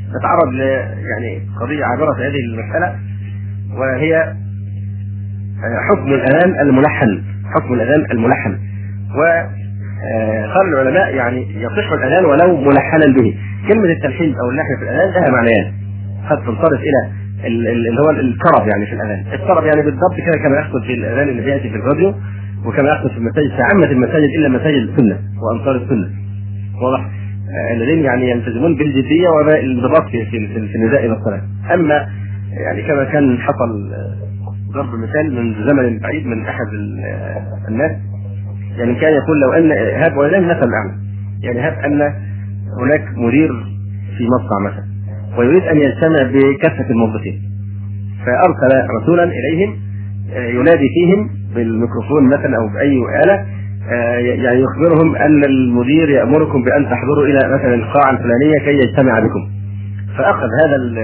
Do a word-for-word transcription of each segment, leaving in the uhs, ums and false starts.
نتعرض ل يعني قضية عابرة في هذه المسألة، وهي حكم الأذان الملحن. حكم الأذان الملحن. وقال العلماء يعني يصح الأذان ولو ملحنا به. كلمة التلحين أو اللحن في الأذان لها معنيان، قد تنصرف إلى اللي هو الطرب يعني في الأذان. الطرب يعني بالضبط كده كما يحصل في الأذان اللي بيأتي في الراديو، وكما يحصل في المساجد، في عامة المساجد إلا مساجد السنة وأنصار السنة، واضح؟ الذين يعني يلتزمون بالجدية والانضباط في في في النداء إلى الصلاة. أما يعني كما كان حصل ضرب مثال من زمن بعيد من أحد الناس، يعني كان يقول لو أن هاب ولله مثل الأعلى، يعني هاب أن هناك مدير في مصنع مثلا ويريد أن يجتمع بكافة الموظفين، فأرسل رسولا إليهم ينادي فيهم بالميكروفون مثلا أو بأي آلة، يعني يخبرهم أن المدير يأمركم بأن تحضروا إلى مثلا القاعة الفلانية كي يجتمع بكم. فأخذ هذا ال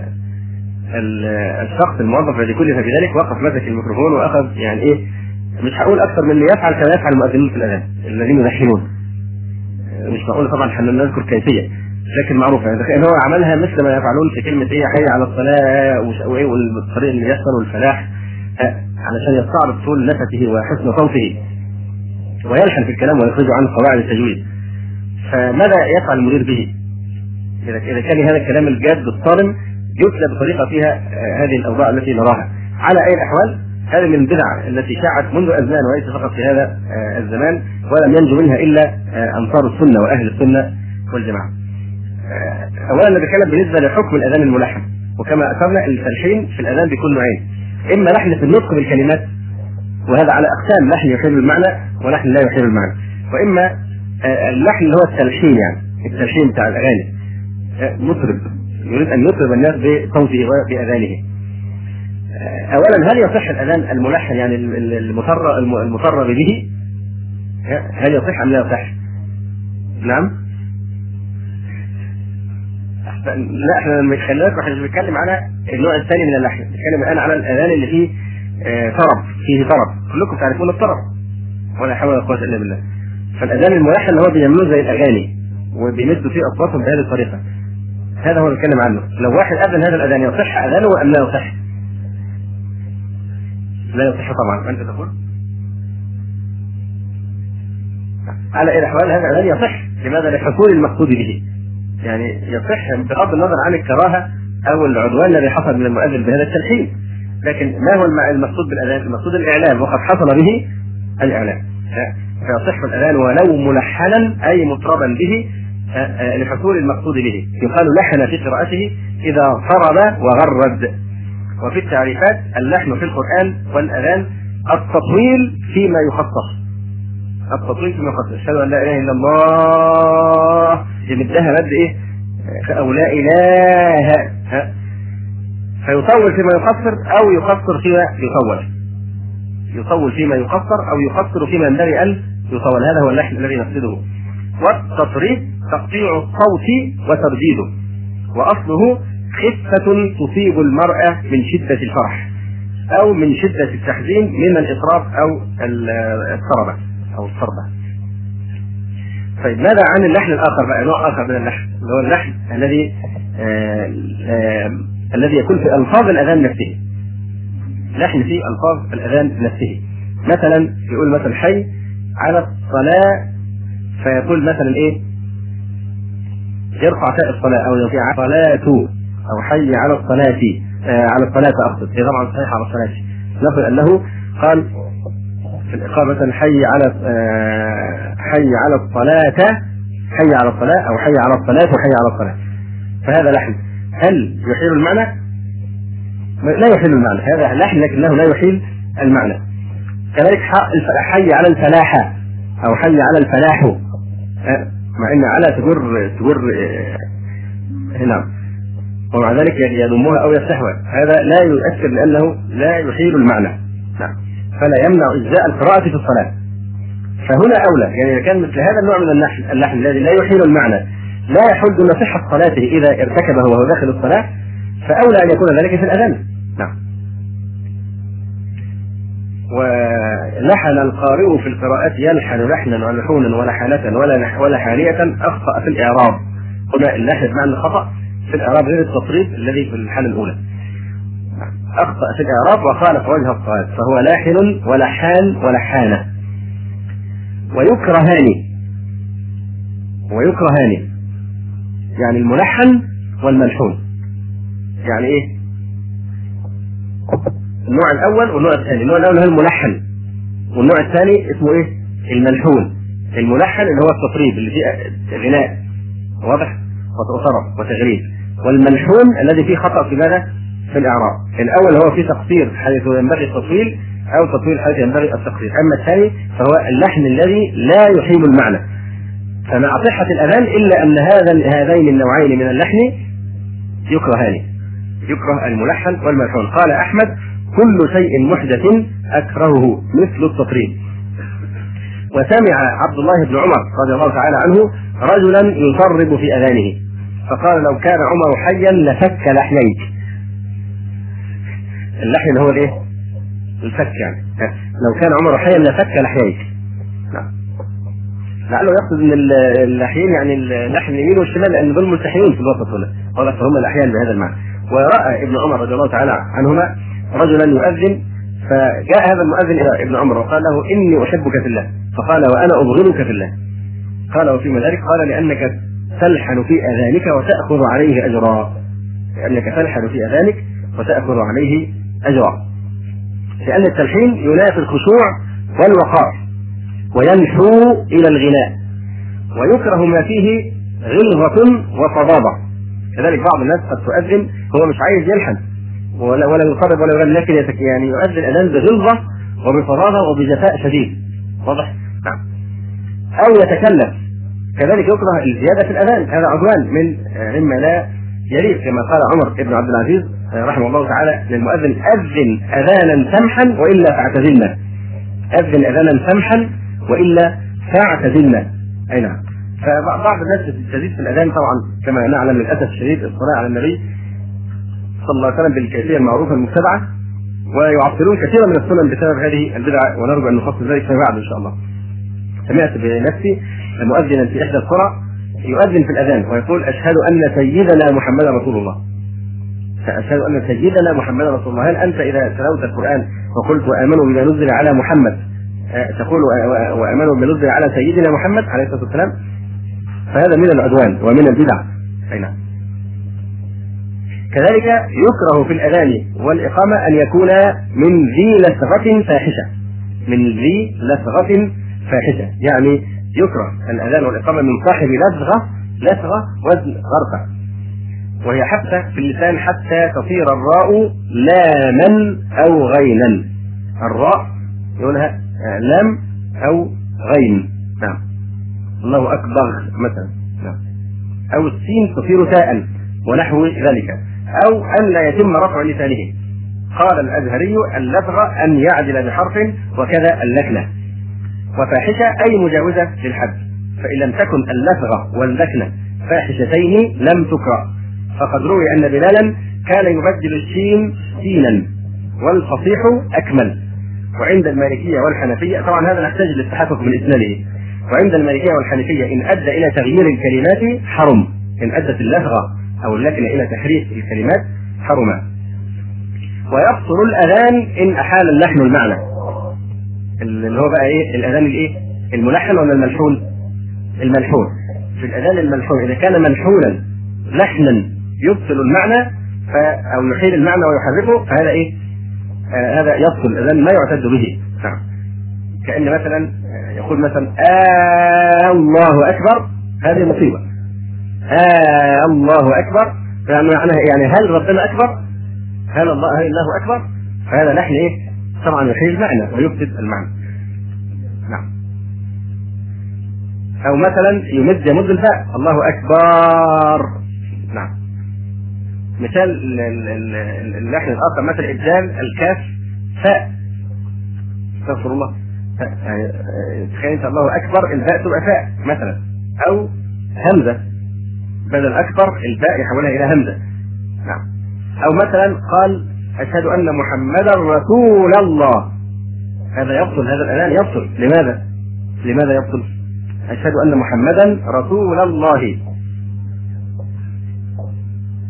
ال الشخص الموظف الذي كلف بذلك، وقف مسك الميكروفون وأخذ يعني إيه، مش هقول أكثر من اللي يفعل كما يفعل المؤذنين في الأذان الذين يلحنون، مش معقول طبعا حنا نذكر كيفية، لكن معروفة يعني هو عملها مثل ما يفعلون في كلمة إيه حي على الصلاة وإيه والطريق اللي يحصل والفلاح، علشان يستعرض طول نفسه وحسن صوته ويلحن في الكلام ويخرج عن قواعد التجويد. فماذا يفعل المدير به إذا كان هذا الكلام الجاد الصارم يتلى بطريقة فيها هذه الأوضاع التي نراها؟ على أي الأحوال هذه من البدع التي شاعت منذ أزمان وليس فقط في هذا الزمان، ولم ينجو منها إلا أنصار السنة وأهل السنة والجماعة. أولا نتكلم بالنسبة لحكم الأذان الملحن، وكما أثرنا التلحين في الأذان بيكون نوعين، إما لحن في النطق بالكلمات وهذا على أقسام، لحن يحيل المعنى ولحن لا يحيل المعنى، وإما اللحن اللي هو التلحين يعني التلحين بتاع الأغاني، مطرب يريد أن يطرب الناس بصوته وبأذانه. أولا هل يصح الأذان الملحن يعني المطرب المطرب به؟ هل يصح أم لا يصح؟ نعم. لا احنا مش خلينا احنا مش بنتكلم على النوع الثاني من اللحن، بنتكلم الآن على الأذان اللي فيه آه طرب، فيه طرب، كلكم تعرفون الطرب ولا حول ولا قوة إلا بالله. فالأذان الملحن اللي هو بيعملوه زي الأغاني وبيمدوا فيه أصواتهم بهذه الطريقة، هذا هو بنتكلم عنه. لو واحد أذن هذا الأذان يصح أذانه أم لا يصح؟ لا يصح طبعا. أنت تقول على أي الأحوال هذا الأذان يصح. لماذا؟ لحصول المقصود به، يعني يصح بغض النظر عن الكراهة أو العدوان الذي حصل من المؤذن بهذا التلحين. لكن ما هو المقصود بالأذان؟ المقصود الإعلام، وقد حصل به الإعلام، فيصح الأذان ولو ملحنا أي مطربا به لحصول المقصود به. يقال لحن في قراءته إذا طرب وغرد. وفي التعريفات اللحن في القرآن والأذان التطويل فيما يخصص، التطويل فيما يخصص. أشهد أن لا إله إلا الله يمدها مد إيه أو لا إله، فيطول فيما يقصر أو يقصر فيما يطول، يطول فيما يقصر أو يقصر فيما ينبغي أن يطول. هذا هو اللحن الذي نقصده. والتطريب تقطيع الصوت وترديده، وأصله خفة تصيب المرأة من شدة الفرح أو من شدة التحزين من الإطراف أو الطربة أو الصربة. طيب ماذا عن اللحن الآخر بقى؟ نوع آخر من اللحن اللي هو اللحن الذي آه آه الذي يكون في ألفاظ الأذان نفسه، لحن في ألفاظ الأذان نفسه. مثلا يقول مثلا حي على الصلاة، فيقول مثلا إيه يرفع تاء الصلاة أو يرفع صلاة أو حي على الصلاة آه على الصلاة أقصد، هي طبعا صحيح على الصلاة، نقول أنه قال في الإقامة مثلا حي على آه حي على الصلاة، حي على الصلاة أو حي على الصلاة وحي على الصلاة، فهذا لحن. هل يحيل المعنى؟ لا يحيل المعنى، هذا لحن لكنه لا يحيل المعنى. كذلك حي على الفلاح أو حي على الفلاح، مع أن على تجر تجر هنا ومع ذلك يضمها أو يفتحها، هذا لا يؤثر لأنه لا يحيل المعنى، نعم، فلا يمنع إجزاء القراءة في الصلاة. فهنا أولى، يعني إذا كان مثل هذا النوع من اللحن اللحن الذي لا يحيل المعنى لا يحل صحة صلاته إذا ارتكبه وهو داخل الصلاة، فأولى أن يكون ذلك في الأذان. نعم. ولحن القارئ في القراءة يلحن لحنا ولحونا ولحالة ولا ولا حالية أخطأ في الإعراب. هنا اللحن بمعنى الخطأ في الإعراب غير التطريب الذي في الحالة الأولى. أخطأ في الإعراب وخالف وجه الصواب، فهو لاحن ولحان ولحانة. ويكرهان ويكرهان يعني الملحن والملحون. يعني إيه؟ النوع الأول والنوع الثاني. النوع الأول هو الملحن، والنوع الثاني اسمه إيه؟ الملحون. الملحن اللي هو التطريب اللي فيه غناء واضح وطرب وتغريب، والملحون الذي فيه خطأ في ماذا؟ في الإعراب. الأول هو فيه تقصير حيث ينبغي التطويل أو تطويل حيث ينبغي التقصير، أما الثاني فهو اللحن الذي لا يحيل المعنى. فمع صحة الأذان إلا أن هذا هذين النوعين من اللحن يكرهان، يكره الملحن والملحون. قال أحمد: كل شيء محدث أكرهه مثل التطريب. وسمع عبد الله بن عمر رضي الله تعالى عنه رجلا يطرب في أذانه فقال: لو كان عمر حيا لفك لحييك. اللحن هو الايه؟ الفك يعني. لو كان عمر حيا لفك لحييك. نعم. لعله يقصد ان اللحيين يعني اللحن اليمين والشمال، لان دول ملتحيين في الوسط هنا، قال فهم الاحيان بهذا المعنى. وراى ابن عمر رضي الله تعالى عنهما رجلا يؤذن، فجاء هذا المؤذن الى ابن عمر وقال له: اني احبك في الله. فقال: وانا ابغضك في الله. قال: وفيما ذلك؟ قال: لانك تلحن في اذانك وتاخذ عليه اجرا. لانك تلحن في اذانك وتاخذ عليه اجرا. لان التلحين ينافي الخشوع والوقار وينحو الى الغناء، ويكره ما فيه غلظة وفظاظة. كذلك بعض الناس قد تؤذن هو مش عايز يلحن ولا ولا يقرب ولا يغني، لكن يعني يؤذن الاذان بغلظة وبفظاظة وبجفاء شديد. واضح؟ نعم. او يتكلم، كذلك يكره الزيادة في الاذان، هذا عدوان من مما لا يليق، كما قال عمر بن عبد العزيز رحمه الله تعالى للمؤذن: اذن اذانا سمحا والا فاعتزلنا. اذن اذانا سمحا والا فاعتزلنا. اي نعم. فبعض الناس تزيد في الاذان طبعا كما نعلم للاسف الشديد الصلاه على النبي صلى الله عليه وسلم بالكيفيه المعروفه المتبعه، ويعطلون كثيرا من السنن بسبب هذه البدعه، ونرجو ان نفصل ذلك فيما بعد ان شاء الله. سمعت بنفسي مؤذنا في احدى القرى يؤذن في الاذان ويقول: اشهد ان سيدنا محمدا رسول الله. أشهد أن سيدنا محمد رسول الله. هل أنت إذا تلوت القرآن وقلت وآمنوا بما نزل على محمد تقول وآمنوا بما نزل على سيدنا محمد عليه الصلاة والسلام؟ فهذا من العدوان ومن البدع. أي نعم. كذلك يكره في الأذان والإقامة أن يكون من ذي لثغة فاحشة، من ذي لثغة فاحشة، يعني يكره الأذان والإقامة من صاحب لثغة، لثغة وزن غرفة، وهي حتى في اللسان حتى تصير الراء لاما أو غينا. الراء يقولها لام أو غين. نعم. الله أكبر مثلا. نعم. أو السين تصير تاء ونحو ذلك، أو أن لا يتم رفع لسانه. قال الأزهري: اللثغة أن يعدل بحرف، وكذا اللكنة. وفاحشة أي مجاوزة للحد، فإن لم تكن اللثغة واللكنة فاحشتين لم تكره. فقد روي أن بلالا كان يبدل الشين سينا والفصيح أكمل. وعند المالكية والحنفية، طبعا هذا نحتاج للتحقق من إسناده، وعند المالكية والحنفية إن أدى إلى تغيير الكلمات حرم، إن أدت اللثغة أو اللكنة إلى تحريف الكلمات حرم. ويبطل الأذان إن أحال اللحن المعنى، اللي هو بقى إيه؟ الأذان الإيه؟ الملحن ولا الملحون؟ الملحون. في الأذان الملحون إذا كان ملحونا لحنا يبطل المعنى أو يحيل المعنى ويحرفه، فهذا إيه؟ آه هذا يبطل الأذان، ما يعتد به. نعم. كأن مثلا يقول مثلا آه الله أكبر، هذه مصيبة. آه الله أكبر يعني معناها يعني هل ربنا أكبر؟ هل الله هل الله أكبر؟ فهذا لحن إيه؟ طبعا يحيل المعنى ويفسد المعنى. نعم. أو مثلا يمد يمد الفاء الله أكبر. نعم. مثال اللحن الآخر مثل إبدال الكاف فاء. استغفر الله. يعني تخيل أنت الله أكبر الفاء تبقى فاء مثلا، أو همزة بدل أكبر الفاء يحولها إلى همزة. نعم. أو مثلا قال أشهد أن محمدا رسول الله، هذا يبطل، هذا الأذان يبطل. لماذا؟ لماذا يبطل؟ أشهد أن محمدا رسول الله.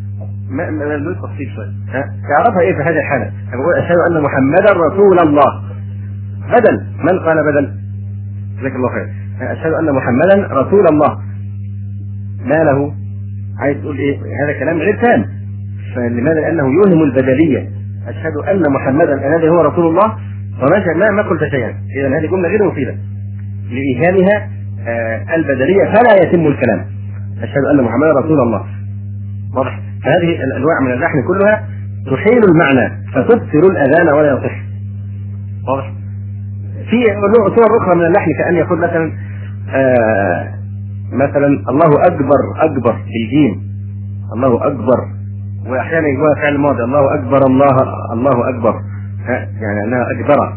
ما ما له تفصيل شويه. ها تعرفها ايه في هذه الحاله؟ بقول اشهد ان محمدا رسول الله، بدل من قال بدل؟ جزاك الله خير. اشهد ان محمدا رسول الله، ما له؟ عايز تقول ايه؟ هذا كلام غير تام. فلماذا؟ لانه يوهم البدليه. اشهد ان محمدا الذي هو رسول الله وما ما قلت شيئا. اذا هذه جمله غير مفيده لايهامها آه البدليه، فلا يتم الكلام. اشهد ان محمدا رسول الله، واضح؟ هذه الانواع من اللحن كلها تحيل المعنى فتبصر الاذان ولا يصح، واضح؟ في صور اخرى من اللحن كأن يقول مثلا آه مثلا الله اكبر اكبر بالجيم، الله اكبر، واحيانا يقولها فعل ماضي الله اكبر الله الله اكبر، يعني انها اكبر.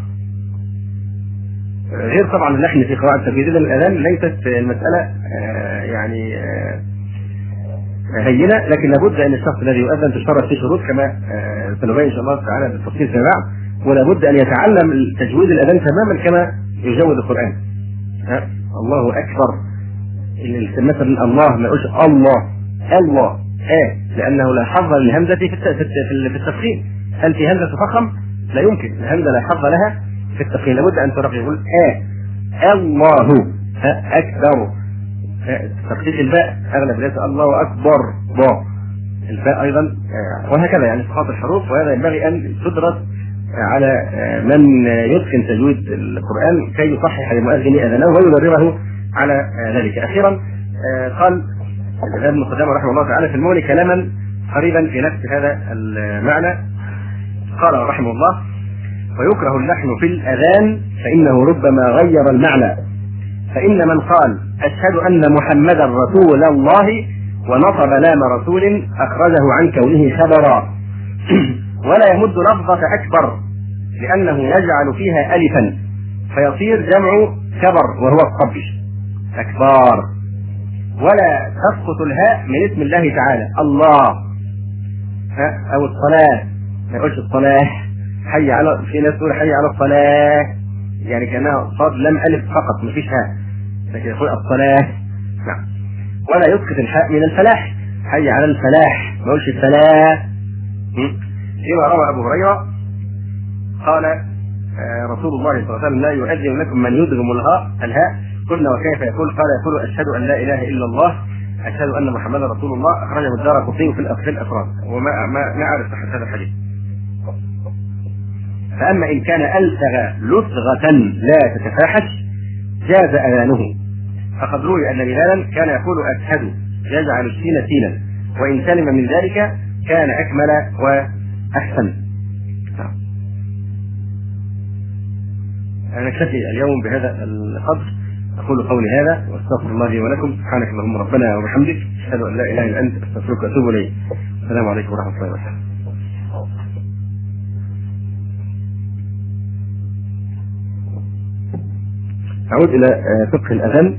غير طبعا اللحن في قواعد تجويد الاذان ليست المساله آه يعني آه هينه، لكن لابد ان الشخص الذي يؤذن تشترط فيه شروط كما آه سنبين ان شاء الله تعالى بالتفصيل فيما بعد، ولابد ان يتعلم تجويد الاذان تماما كما يجود القران. ها الله اكبر، مثلا الله ما يقولش الله الله اه، لانه لا حظ للهمزه في في التفخيم. هل في همزه تفخم؟ لا يمكن، الهمزه لا حظ لها في التفخيم، لابد ان ترقي، يقول اه الله ها اكبر. تخفيف الباء اغلب ليس الله اكبر با، الباء ايضا آه وهكذا، يعني صفات الحروف، وهذا ينبغي ان تدرس على آه من يتقن تجويد القران كي يصحح للمؤذن اذانه ويدربه على آه ذلك. اخيرا آه قال الامام ابن قدامه رحمه الله تعالى في المولي كلاما قريبا في نفس هذا المعنى، قال رحمه الله: ويكره اللحن في الاذان فانه ربما غير المعنى، فان من قال اشهد ان محمدا رسول الله ونصب لام رسول اخرجه عن كونه خبرا ولا يمد لفظة اكبر لانه يجعل فيها الفا فيصير جمع كبر وهو الصبي اكبار، ولا تسقط الهاء من اسم الله تعالى الله ها او الصلاة، ما يقولش الصلاة حي على، في ناس تقول حي على الصلاة يعني كانها صاد لم الف فقط مفيش هاء، لكن يقول الصلاة نعم. ولا يسقط الحاء من الفلاح، حي على الفلاح ما يقولش الفلاح. فيما روى ابو هريره قال آه رسول الله صلى الله عليه وسلم: لا يؤذن لكم من يدغم الهاء الهاء. قلنا وكيف يقول؟ قال يقول اشهد ان لا اله الا الله اشهد ان محمدا رسول الله، اخرجه الدارقطني في الافراد، وما ما نعرف صحه هذا الحديث. فاما ان كان السغ لسغه لا تتفاحش جاز اذانه، فقد روي ان بلالا كان يقول اشهد يجعل السين سينا، وان سلم من ذلك كان اكمل واحسن. انا اكتفي اليوم بهذا القدر، اقول قولي هذا واستغفر الله لي ولكم. سبحانك اللهم ربنا وبحمدك، اشهد ان لا اله الا انت، استغفرك واتوب اليك. السلام عليكم ورحمه الله وبركاته. أعود إلى فقه الأذان.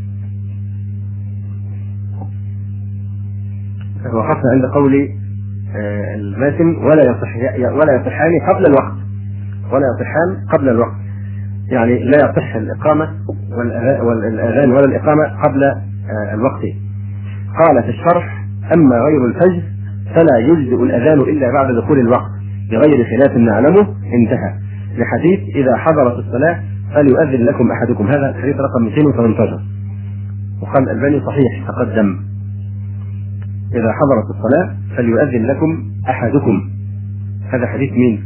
وقفنا عند قول الماتم: ولا يصح ولا يصحان قبل الوقت، ولا يصحان قبل الوقت، يعني لا يصح الإقامة والأذان ولا الإقامة قبل الوقت. قال في الشرح: أما غير الفجر فلا يجزئ الأذان إلا بعد دخول الوقت بغير خلاف نعلمه، انتهى، لحديث إذا حضرت الصلاة فليؤذن لكم أحدكم، هذا الحديث رقم مئتين وثمانية عشر. وقال الألباني صحيح تقدم: إذا حضرت الصلاة فليؤذن لكم أحدكم، هذا حديث مين؟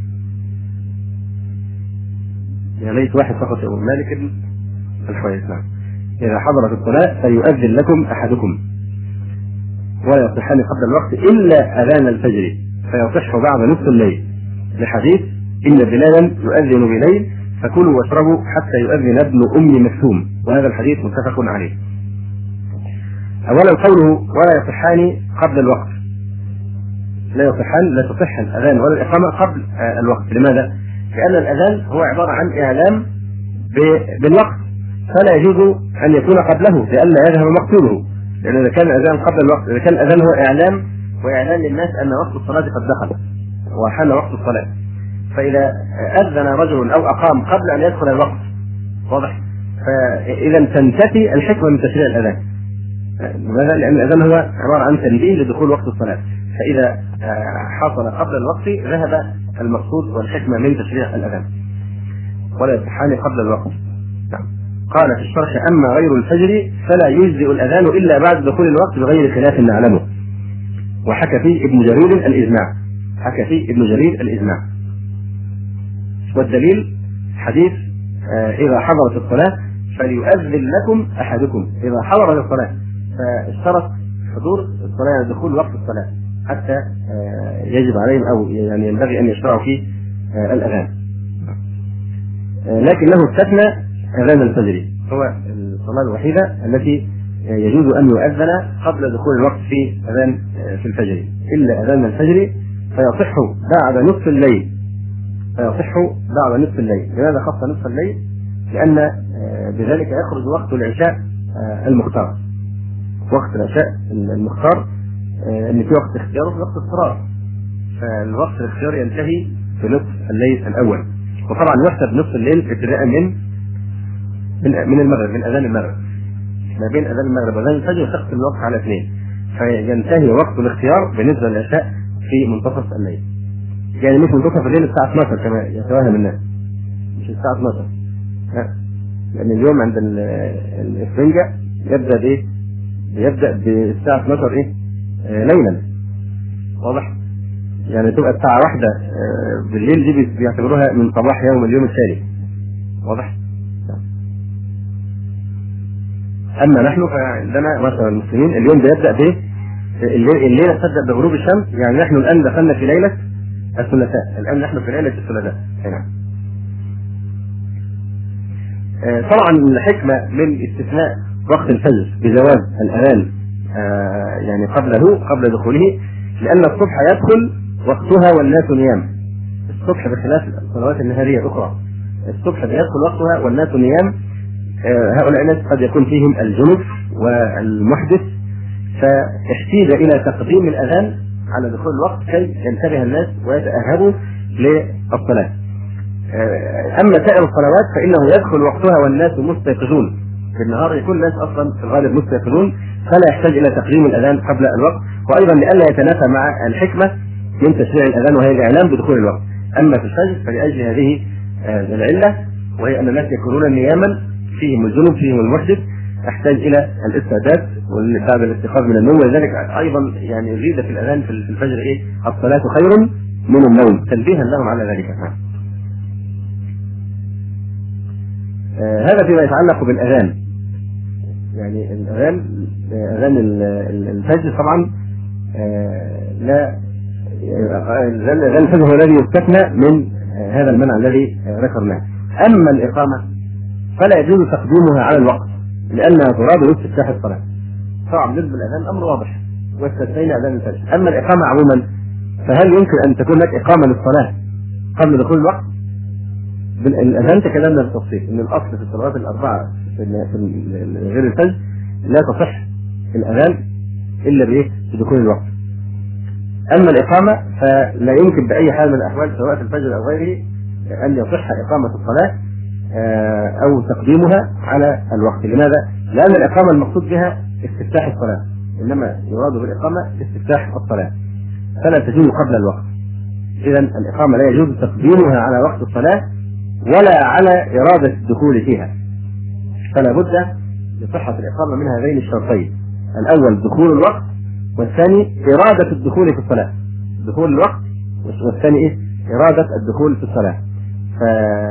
يا ليت واحد فقط يقول مالك بن الحويرث. نعم. إذا حضرت الصلاة فليؤذن لكم أحدكم ولا يصحان قبل الوقت إلا أذان الفجر فيصح بعد نصف الليل، لحديث إن بلالا يؤذن بليل فكلوا واشربوا حتى يؤذن ابن أم مكتوم، وهذا الحديث متفق عليه. أولا قوله ولا يصحان قبل الوقت، لا يصحان، لا تصح الأذان ولا الإقامة قبل الوقت. لماذا؟ لأن الأذان هو عبارة عن إعلام بالوقت، فلا يجوز أن يكون قبله لئلا يذهب مقتوله، لأن إذا كان الأذان قبل الوقت، إذا كان الأذان هو إعلام وإعلان للناس أن وقت الصلاة قد دخل وحان وقت الصلاة، فإذا أذن رجل أو أقام قبل أن يدخل الوقت، واضح، فإذا تنتفي الحكمة من تشريع الأذان. لماذا؟ لأن الأذان هو عبارة عن تنبيه لدخول وقت الصلاة، فإذا حصل قبل الوقت ذهب المقصود والحكمة من تشريع الأذان، ولا يصحان قبل الوقت. قال في الشرح: أما غير الفجر فلا يجزئ الأذان إلا بعد دخول الوقت بغير خلاف نعلمه. وحكى فيه ابن جرير الإجماع، حكى فيه ابن جرير الإجماع. والدليل حديث إذا حضرت الصلاة فليؤذن لكم أحدكم إذا حضرت الصلاة، فاشترط حضور الصلاة دخول وقت الصلاة حتى يجب عليهم أو يعني ينبغي أن يشرعوا في الأذان. لكنه استثنى أذان الفجر، هو الصلاة الوحيدة التي يجوز أن يؤذن قبل دخول الوقت في أذان في الفجر، إلا أذان الفجر فيصح بعد نصف الليل، فيصح بعد نصف الليل. لماذا خص نصف الليل؟ لأن بذلك يخرج وقت العشاء المختار. وقت العشاء المختار أن في وقت اختيار وفي وقت اضطرار، فالوقت الاختياري ينتهي في نصف الليل الأول، وطبعا يحسب نصف الليل ابتداء من من المغرب، من أذان المغرب. ما بين أذان المغرب وأذان الفجر تقسم الوقت على اثنين، فينتهي وقت الاختيار بالنسبة للعشاء في منتصف الليل. يعني مش منتصف الليل الساعة اثناشر كما يتوهم الناس، مش الساعة اثناشر، لا، لأن اليوم عند الإسفنجة يبدأ بإيه؟ يبدأ بالساعة اثناشر إيه؟ آه ليلا، واضح؟ يعني تبقى الساعة واحدة آه بالليل، دي بيعتبروها من صباح يوم اليوم التالي، واضح؟ أما نحن فعندنا مثلا المسلمين اليوم بيبدأ بإيه؟ الليلة تبدأ بغروب الشمس، يعني نحن الآن دخلنا في ليلة الثلاثاء، الآن نحن في ليلة الثلاثاء. نعم. آه طبعا الحكمة من استثناء وقت الفجر بجواز الأذان آه يعني قبله قبل دخوله، لأن الصبح يدخل وقتها والناس نيام. الصبح بخلاف الصلوات النهارية الأخرى، الصبح بيدخل وقتها والناس نيام. آه هؤلاء الناس قد يكون فيهم الجنب والمحدث، فاحتيج إلى تقديم الأذان على دخول الوقت كي ينتبه الناس ويتأهبوا للصلاة. أما سائر الصلوات فإنه يدخل وقتها والناس مستيقظون، في النهار يكون الناس أصلا في الغالب مستيقظون، فلا يحتاج إلى تقديم الأذان قبل الوقت. وأيضا لئلا يتنافى مع الحكمة من تشريع الأذان وهي الإعلام بدخول الوقت. أما في الفجر فلأجل هذه العلة، وهي أن الناس يكونون نياما، فيهم الجنوب فيهم المحدث، أحتاج إلى الاستعداد بعد الاستيقاظ من النوم. ولذلك أيضا يعني يزيد في الأذان في الفجر إيه؟ الصلاة خير من النوم، تنبيها لهم على ذلك. آه هذا فيما يتعلق بالأذان. يعني الأذان أذان الفجر طبعا آه لا أذان الفجر هو الذي يستثنى من آه هذا المنع الذي آه ذكرناه. أما الإقامة فلا يجوز تقديمها على الوقت، لأنها تراد لاستفتاح الصلاة. طبعا بالنسبة للأذان أمر واضح، واستثنينا أذان الفجر. أما الإقامة عموما فهل يمكن أن تكون لك إقامة للصلاة قبل دخول الوقت؟ بالأذان تكلمنا بالتفصيل أن الأصل في الصلوات الأربعة في غير الفجر لا تصح الأذان إلا بإيه؟ بدخول الوقت. أما الإقامة فلا يمكن بأي حال من الأحوال سواء في الفجر أو غيره أن يصح إقامة الصلاة أو تقديمها على الوقت. لماذا؟ لأن الإقامة المقصود بها استفتاح الصلاة، إنما يراد بالإقامة استفتاح الصلاة، فلا تجوز قبل الوقت. إذن الإقامة لا يجوز تقديمها على وقت الصلاة ولا على إرادة الدخول فيها، فلا بد لصحة الإقامة من هذين الشرطين: الأول دخول الوقت، والثاني إرادة الدخول في الصلاة. دخول الوقت والثاني إيه؟ إرادة الدخول في الصلاة. ف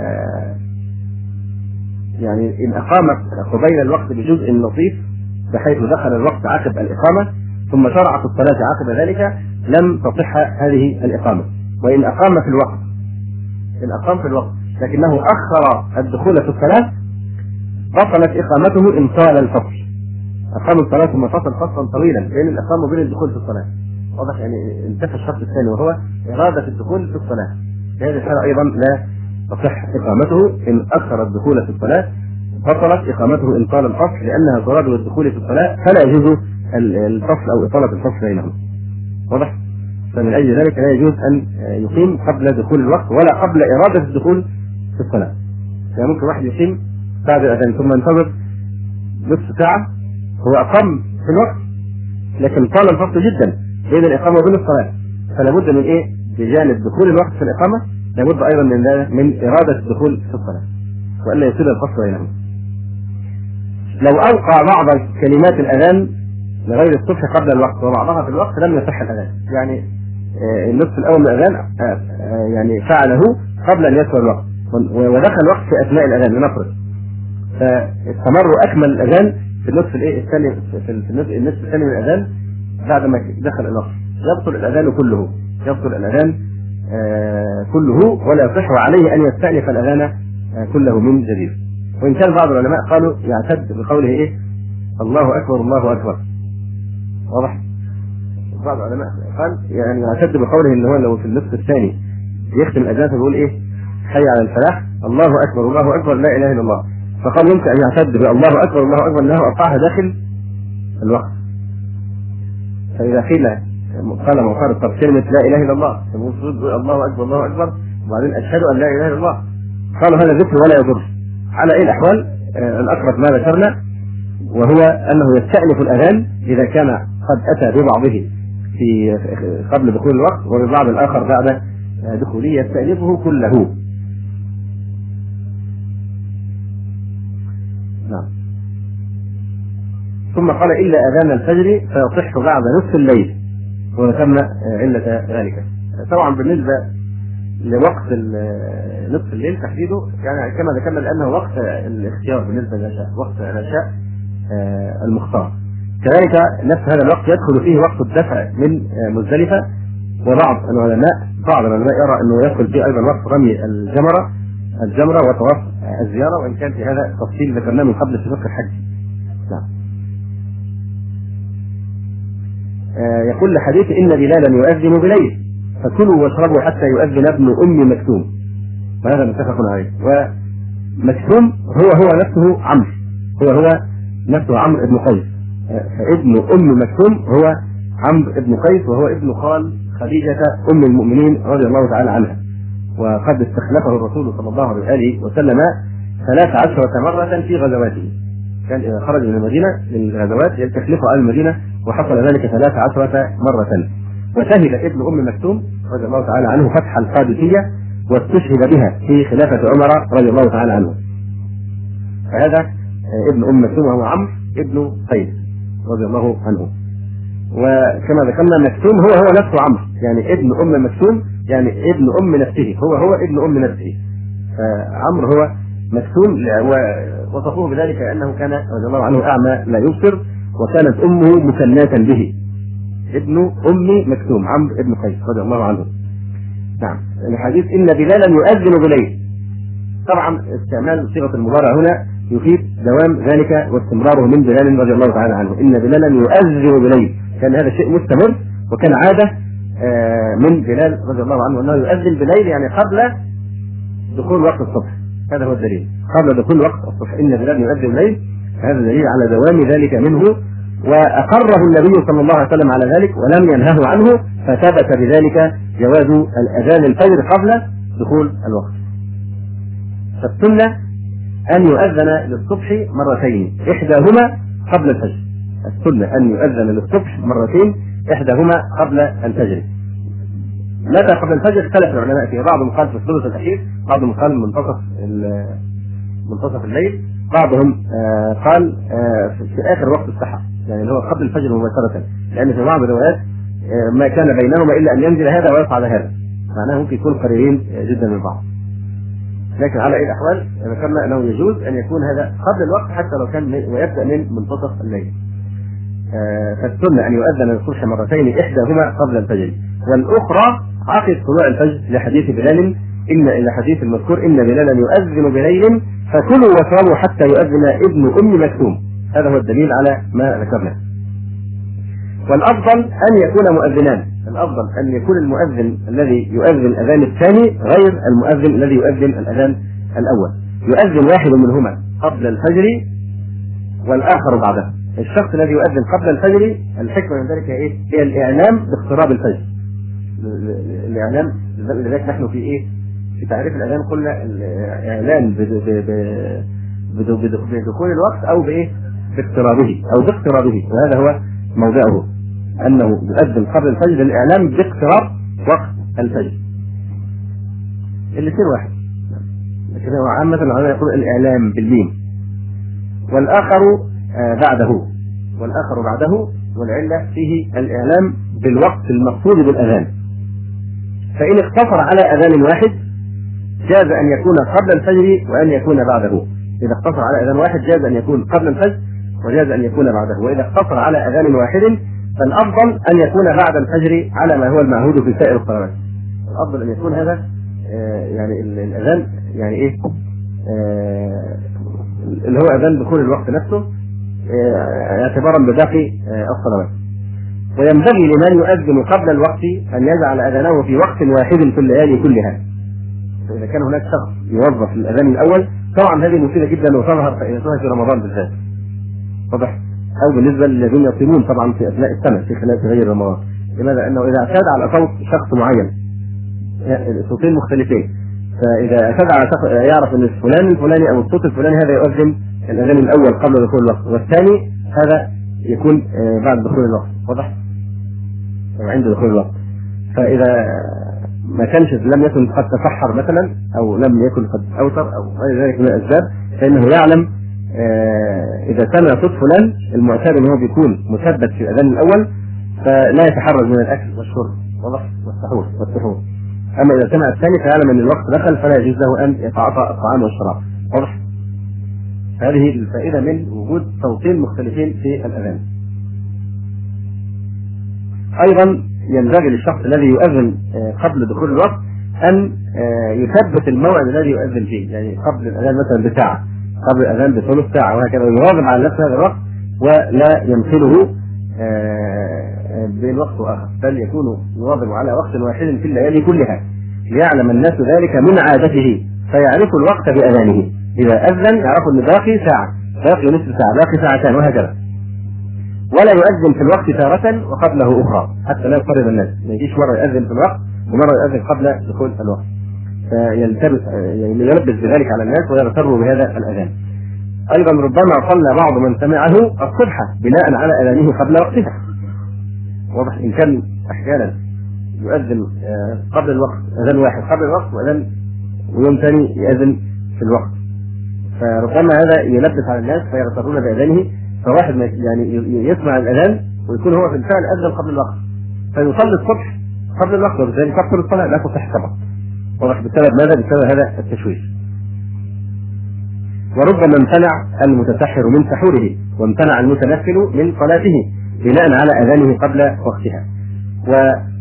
يعني إن أقامت قبيل الوقت بجزء لطيف بحيث دخل الوقت عقب الإقامة ثم شرعت الصلاة عقب ذلك لم تصح هذه الإقامة. وإن أقام في الوقت إن أقام في الوقت لكنه أخر الدخول في الصلاة بطلت إقامته إن طال الفصل. أقام الصلاة ثم فصل فصلا طويلا بين الإقامة وبين الدخول في الصلاة، واضح؟ يعني انتفى الشرط الثاني وهو إرادة الدخول في الصلاة. في هذه الحالة أيضا لا تصح إقامته إن أخر الدخول في الصلاة، بطلت إقامته إن طال الفصل لأنها تراد الدخول في الصلاة، فلا يجوز الفصل أو إطالة الفصل بينهم، واضح؟ فمن أجل ذلك لا يجوز أن يقيم قبل دخول الوقت ولا قبل إرادة الدخول في الصلاة. يعني ممكن واحد يقيم بعد الأذان ثم ينتظر نصف ساعة، هو أقام في الوقت لكن طال الفصل جدا بين الاقامه وبين الصلاه. فلا بد من ايه؟ بجانب دخول الوقت في الاقامه لابد ايضا من من اراده الدخول في الصلاه، والا يصير الفصل بينهم. لو القى بعض كلمات الاذان لغير الصبح قبل الوقت وبعضها في الوقت لم يصح الاذان. يعني آه النصف الاول من الاذان آه آه يعني فعله قبل ان يدخل الوقت ودخل الوقت في اثناء الاذان لنفرض، فاستمر واكمل الاذان في النصف الايه الثاني في النصف النصف الثاني من الاذان بعد ما دخل الوقت، يبطل الاذان كله، يبطل الاذان آه كله ولا يصح عليه ان يستأنف الاذان آه كله من جديد. وان كان بعض العلماء قالوا يعتد بقوله ايه؟ الله اكبر الله اكبر. واضح؟ بعض العلماء قال يعني يعتد بقوله ان هو لو في النصف الثاني يختم الاذان فيقول ايه؟ حي على الفلاح الله اكبر الله اكبر لا اله الا الله. فقال يمكن ان يعتد بالله اكبر الله اكبر انه اقعها داخل الوقت. فاذا قيل قال موقع الطب كلمه لا اله الا الله المفروض الله اكبر الله اكبر وبعدين اشهد ان لا اله الا الله، قالوا هذا ذكر ولا يضر. على اي الاحوال آه الاقرب ما ذكرنا وهو انه يستأنف الاذان اذا كان قد اتى ببعضه في قبل دخول الوقت وببعض الاخر بعد دخوله يستأنفه كله. نعم. ثم قال الا اذان الفجر فيصح بعد نصف الليل وذكرنا علة ذلك. طبعا بالنسبة لوقت نصف الليل تحديده يعني كما ذكرنا لأنه وقت الاختيار بالنسبة للعشاء، وقت العشاء المختار. كذلك نفس هذا الوقت يدخل فيه وقت الدفع من مزدلفة، وبعض العلماء بعض العلماء يرى أنه يدخل فيه أيضا وقت رمي الجمرة الجمرة وطواف الزيارة، وإن كان في هذا تفصيل ذكرناه من قبل في فقه الحج. نعم. يقول الحديث إن بلالا يؤذن بليل فكلوا واشربوا حتى يؤذن ابن أم مكتوم، وهذا متفق عليه. ومكتوم هو هو نفسه عمرو، هو هو نفسه عمرو بن قيس، فابن أم مكتوم هو عمرو بن قيس وهو ابن خال خديجة أم المؤمنين رضي الله تعالى عنها، وقد استخلفه الرسول صلى الله عليه وسلم ثلاث عشرة مرة في غزواته. كان إذا خرج من المدينة للغزوات يستخلفه أهل المدينة وحصل ذلك ثلاث عشرة مرة. وشهد ابن أم مكتوم رضي الله تعالى عنه فتح القادسية واستشهد بها في خلافة عمر رضي الله تعالى عنه. فهذا ابن أم مكتوم وهو عمرو ابن قيس رضي الله عنه. وكما ذكرنا مكتوم هو هو نفسه عمرو، يعني ابن أم مكتوم يعني ابن أم نفسه، هو هو ابن أم نفسه. فعمرو هو مكتوم ووصفوه بذلك أنه كان رضي الله عنه أعمى لا يبصر وكانت أمه مكناة به. ابن أم مكتوم عمرو ابن قيس رضي الله عنه. نعم. الحديث إن بلالا يؤذن بليل، طبعا استعمال صيغة المضارع هنا يفيد دوام ذلك واستمراره من بلال رضي الله تعالى عنه. إن بلالا يؤذن بليل، كان هذا شيء مستمر وكان عادة من بلال رضي الله عنه أنه يؤذن بليل يعني قبل دخول وقت الصبح. هذا هو الدليل، قبل دخول وقت الصبح إن بلال يؤذن بليل. هذا دليل على دوام ذلك منه، وأقره النبي صلى الله عليه وسلم على ذلك ولم ينهه عنه، فثبت بذلك جواز الأذان الفجر قبل دخول الوقت. فالسنة أن يؤذن للصبح مرتين إحداهما قبل الفجر. السنة أن يؤذن للصبح مرتين إحداهما قبل الفجر. متى قبل الفجر اختلف العلماء فيه، بعضهم قال في الثلث الأخير، بعضهم قال منتصف منتصف الليل، بعضهم آه قال آه في آخر وقت السحر يعني اللي هو قبل الفجر مباشرة، لأن في بعض الروايات آه ما كان بينهما إلا أن ينزل هذا ويصعد هذا، معناه ممكن يكون قريبين جدا من بعض. لكن على أي الأحوال ذكرنا أنه يجوز أن يكون هذا قبل الوقت حتى لو كان ويبدأ من منتصف الليل. آه فالسنة أن يؤذن للصبح مرتين إحداهما قبل الفجر والأخرى عقب طلوع الفجر لحديث بلال إن إلى حديث المذكور إن بلالا يؤذن بليل فكلوا واشربوا حتى يؤذن ابن أم مكتوم. هذا هو الدليل على ما ذكرنا. والأفضل أن يكون مؤذنان، الأفضل أن يكون المؤذن الذي يؤذن الأذان الثاني غير المؤذن الذي يؤذن الأذان الأول، يؤذن واحد منهما قبل الفجر والآخر بعده. الشخص الذي يؤذن قبل الفجر الحكمة من ذلك إيه؟ هي الإعلام باقتراب الفجر، الإعلام. لذلك نحن في إيه؟ في تعريف الأذان قلنا الإعلان بدخول الوقت أو بإيه؟ باقترابه أو باقترابه، وهذا هو موضعه. انه يؤذن قبل الفجر للاعلام باقتراب وقت الفجر. الاثنين واحد، لكن هو عامة العلماء يقول الاعلام بالميم، والاخر بعده والاخر بعده والعله فيه الاعلام بالوقت المقصود بالاذان. فان اقتصر على اذان واحد جاز ان يكون قبل الفجر وان يكون بعده. اذا اقتصر على اذان واحد جاز ان يكون قبل الفجر وجاز ان يكون بعده، واذا اقتصر على اذان واحد فالافضل ان يكون بعد الفجر على ما هو المعهود في سائر الصلوات. الافضل ان يكون هذا آه يعني الاذان يعني ايه آه اللي هو اذان دخول الوقت نفسه آه اعتبارا بباقي آه الصلوات. وينبغي لمن يؤذن قبل الوقت ان يجعل اذانه في وقت واحد في الليالي كلها. فاذا كان هناك شخص يوظف الاذان الاول طبعا هذه مفيده جدا وتظهر فائدتها في رمضان بالذات، واضح؟ او بالنسبه للذين يصومون طبعا في اثناء السنه في خلال غير رمضان. لماذا؟ انه اذا اعتاد على صوت شخص معين صوتين مختلفين، فاذا اعتاد على شخص يعرف ان الفلان الفلاني او الصوت الفلاني هذا يؤذن الاذان الاول قبل دخول الوقت، والثاني هذا يكون بعد دخول الوقت، واضح؟ او عند دخول الوقت. فاذا ما كانش لم يكن قد تسحر مثلا او لم يكن قد اوتر او غير ذلك من الاسباب فانه يعلم آه اذا سمع صوت فلان المعتاد ان هو بيكون مثبت في الاذان الاول فلا يتحرج من الاكل والشرب، واضح؟ والسحور والسحور. اما اذا سمع الثاني فيعلم ان الوقت دخل فلا يجوز له ان يتعاطى الطعام والشراب، واضح؟ هذه الفائده من وجود صوتين مختلفين في الاذان. ايضا ينبغي للشخص الذي يؤذن قبل دخول الوقت ان يثبت الموعد الذي يؤذن فيه، يعني قبل الاذان مثلا بساعه، قبل الاذان بثلث ساعه، وهكذا يواظب على نفس هذا الوقت ولا ينقله بين وقت واخر، بل يكون يواظب على وقت واحد في الليالي كلها ليعلم الناس ذلك من عادته فيعرف الوقت باذانه. اذا اذن يعرفوا ان باقي ساعه، باقي نصف ساعه، باقي ساعتان، وهكذا. ولا يؤذن في الوقت تارة وقبله أخرى حتى لا يفرد الناس، ما يجيش مرة يؤذن في الوقت ومرة يؤذن قبل دخول الوقت، فيلتبس يعني يلبس بذلك على الناس ويغتروا بهذا الأذان. أيضا ربما صلى بعض من سمعه الصبح بناء على أذانه قبل وقتها، واضح؟ إن كان أحيانا يؤذن قبل الوقت أذان واحد قبل الوقت وأذان ويوم ثاني يؤذن في الوقت، فربما هذا يلبس على الناس فيغترون بأذانه، فواحد يعني يسمع الاذان ويكون هو في الفعل اذن قبل الوقت فيصلي الصبح قبل الوقت وبالتالي تبطل الصلاه لا تصح طبعا، واضح؟ بسبب ماذا؟ بسبب هذا التشويش. وربما امتنع المتسحر من سحوره وامتنع المتنفل من صلاته بناء على اذانه قبل وقتها. و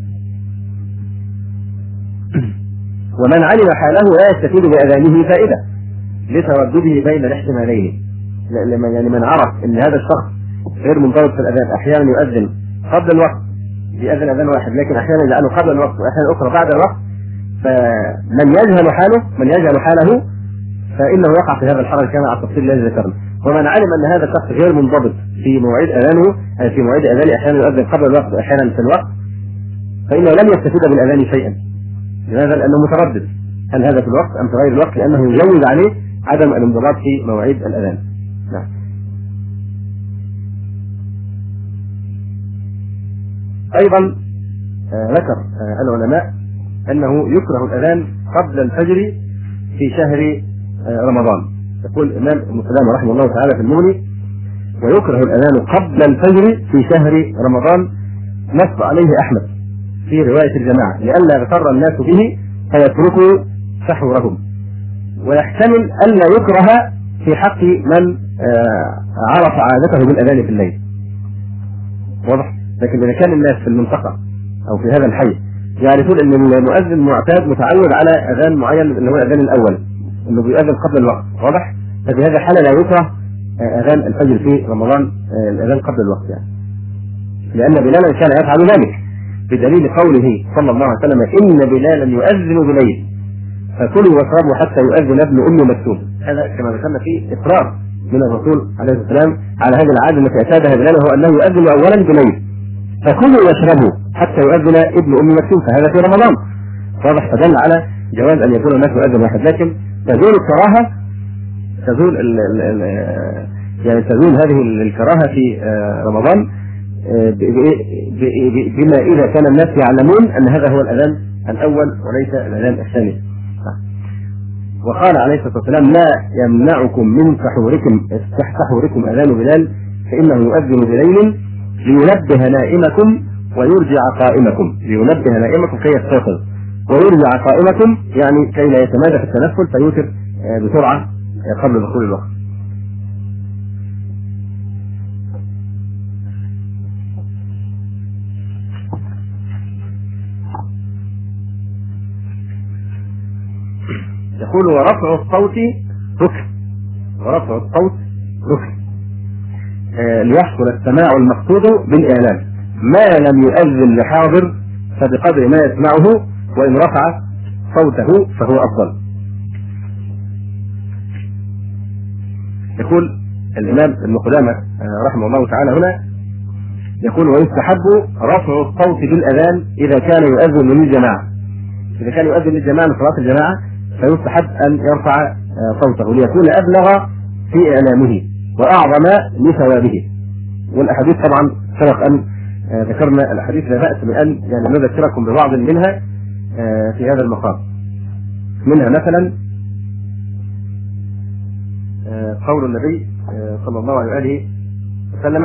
ومن علم حاله لا يستفيد باذانه فائده لتردده بين الاحتمالين، لما يعني من عرف ان هذا الشخص غير منضبط في الاذان، احيانا يؤذن قبل الوقت بيأذن اذان واحد لكن احيانا يجعله قبل الوقت واحيانا اخرى بعد الوقت، فمن يجهل حاله من يجهل حاله فانه يقع في هذا الحرج كما على التفصيل الذي ذكرنا. ومن علم ان هذا الشخص غير منضبط في مواعيد اذانه أي في مواعيد اذانه احيانا يؤذن قبل الوقت واحيانا في الوقت فانه لم يستفيد بالاذان شيئا. لماذا؟ لانه متردد هل هذا في الوقت ام في غير الوقت، لانه يجوز عليه عدم الانضباط في مواعيد الاذان. نعم. ايضا آه ذكر آه العلماء انه يكره الاذان قبل الفجر في شهر آه رمضان. يقول الامام ابن قدامه رحمه الله تعالى في المغني: ويكره الاذان قبل الفجر في شهر رمضان، نص عليه احمد في روايه الجماعه لئلا يغتر الناس به فيتركوا سحورهم، ويحتمل الا يكره في حق من آه عرف عادته بالاذان في الليل، واضح؟ لكن اذا كان الناس في المنطقه او في هذا الحي يعرفون ان المؤذن معتاد متعود على اذان معين اللي هو الاذان الاول انه بيؤذن قبل الوقت، واضح؟ ففي هذه الحاله لا يكره آه اذان الفجر في رمضان آه الاذان قبل الوقت، يعني لان بلالا كان يفعل ذلك بدليل قوله صلى الله عليه وسلم: ان بلالا يؤذن بليل فكلوا واشربوا حتى يؤذن ابن ام مكتوم. هذا كما ذكرنا فيه اقرار من الرسول عليه الصلاه والسلام على هذه العاده التي اعتادها بلال، وهو انه يؤذن اولا بليل فكلوا واشربوا حتى يؤذن ابن ام مكتوم، فهذا في رمضان، واضح؟ فدل على جواز ان يكون الناس يؤذن واحد، لكن تزول الكراهه تزول ال ال ال يعني تزول هذه الكراهه في رمضان بما إذا كان الناس يعلمون أن هذا هو الأذان الأول وليس الأذان الثاني. وقال عليه الصلاة والسلام: لا يمنعكم من سحوركم سحوركم أذان بلال فإنه يؤذن بليل لينبه نائمكم ويرجع قائمكم، لينبه نائمكم كي يستيقظ ويرجع قائمكم يعني كي لا يتمادى في التنفل فيوتر بسرعة قبل دخول الوقت. يقول: ورفع الصوت ركن، ورفع الصوت ركن آه ليحصل السماع المقصود بالإعلان، ما لم يؤذن لحاضر فبقدر ما يسمعه، وإن رفع صوته فهو أفضل. يقول الإمام ابن قدامة آه رحمه الله تعالى هنا، يقول: ويستحب رفع الصوت بالأذان إذا كان يؤذن للجماعة، إذا كان يؤذن للجماعة لصلاة الجماعة فيستحب أن يرفع صوته ليكون أبلغ في إعلامه وأعظم لثوابه. والأحاديث طبعا سبق أن ذكرنا الأحاديث، لا بأس بأن يعني نذكركم ببعض منها في هذا المقام. منها مثلا قول النبي صلى الله عليه وآله وسلم: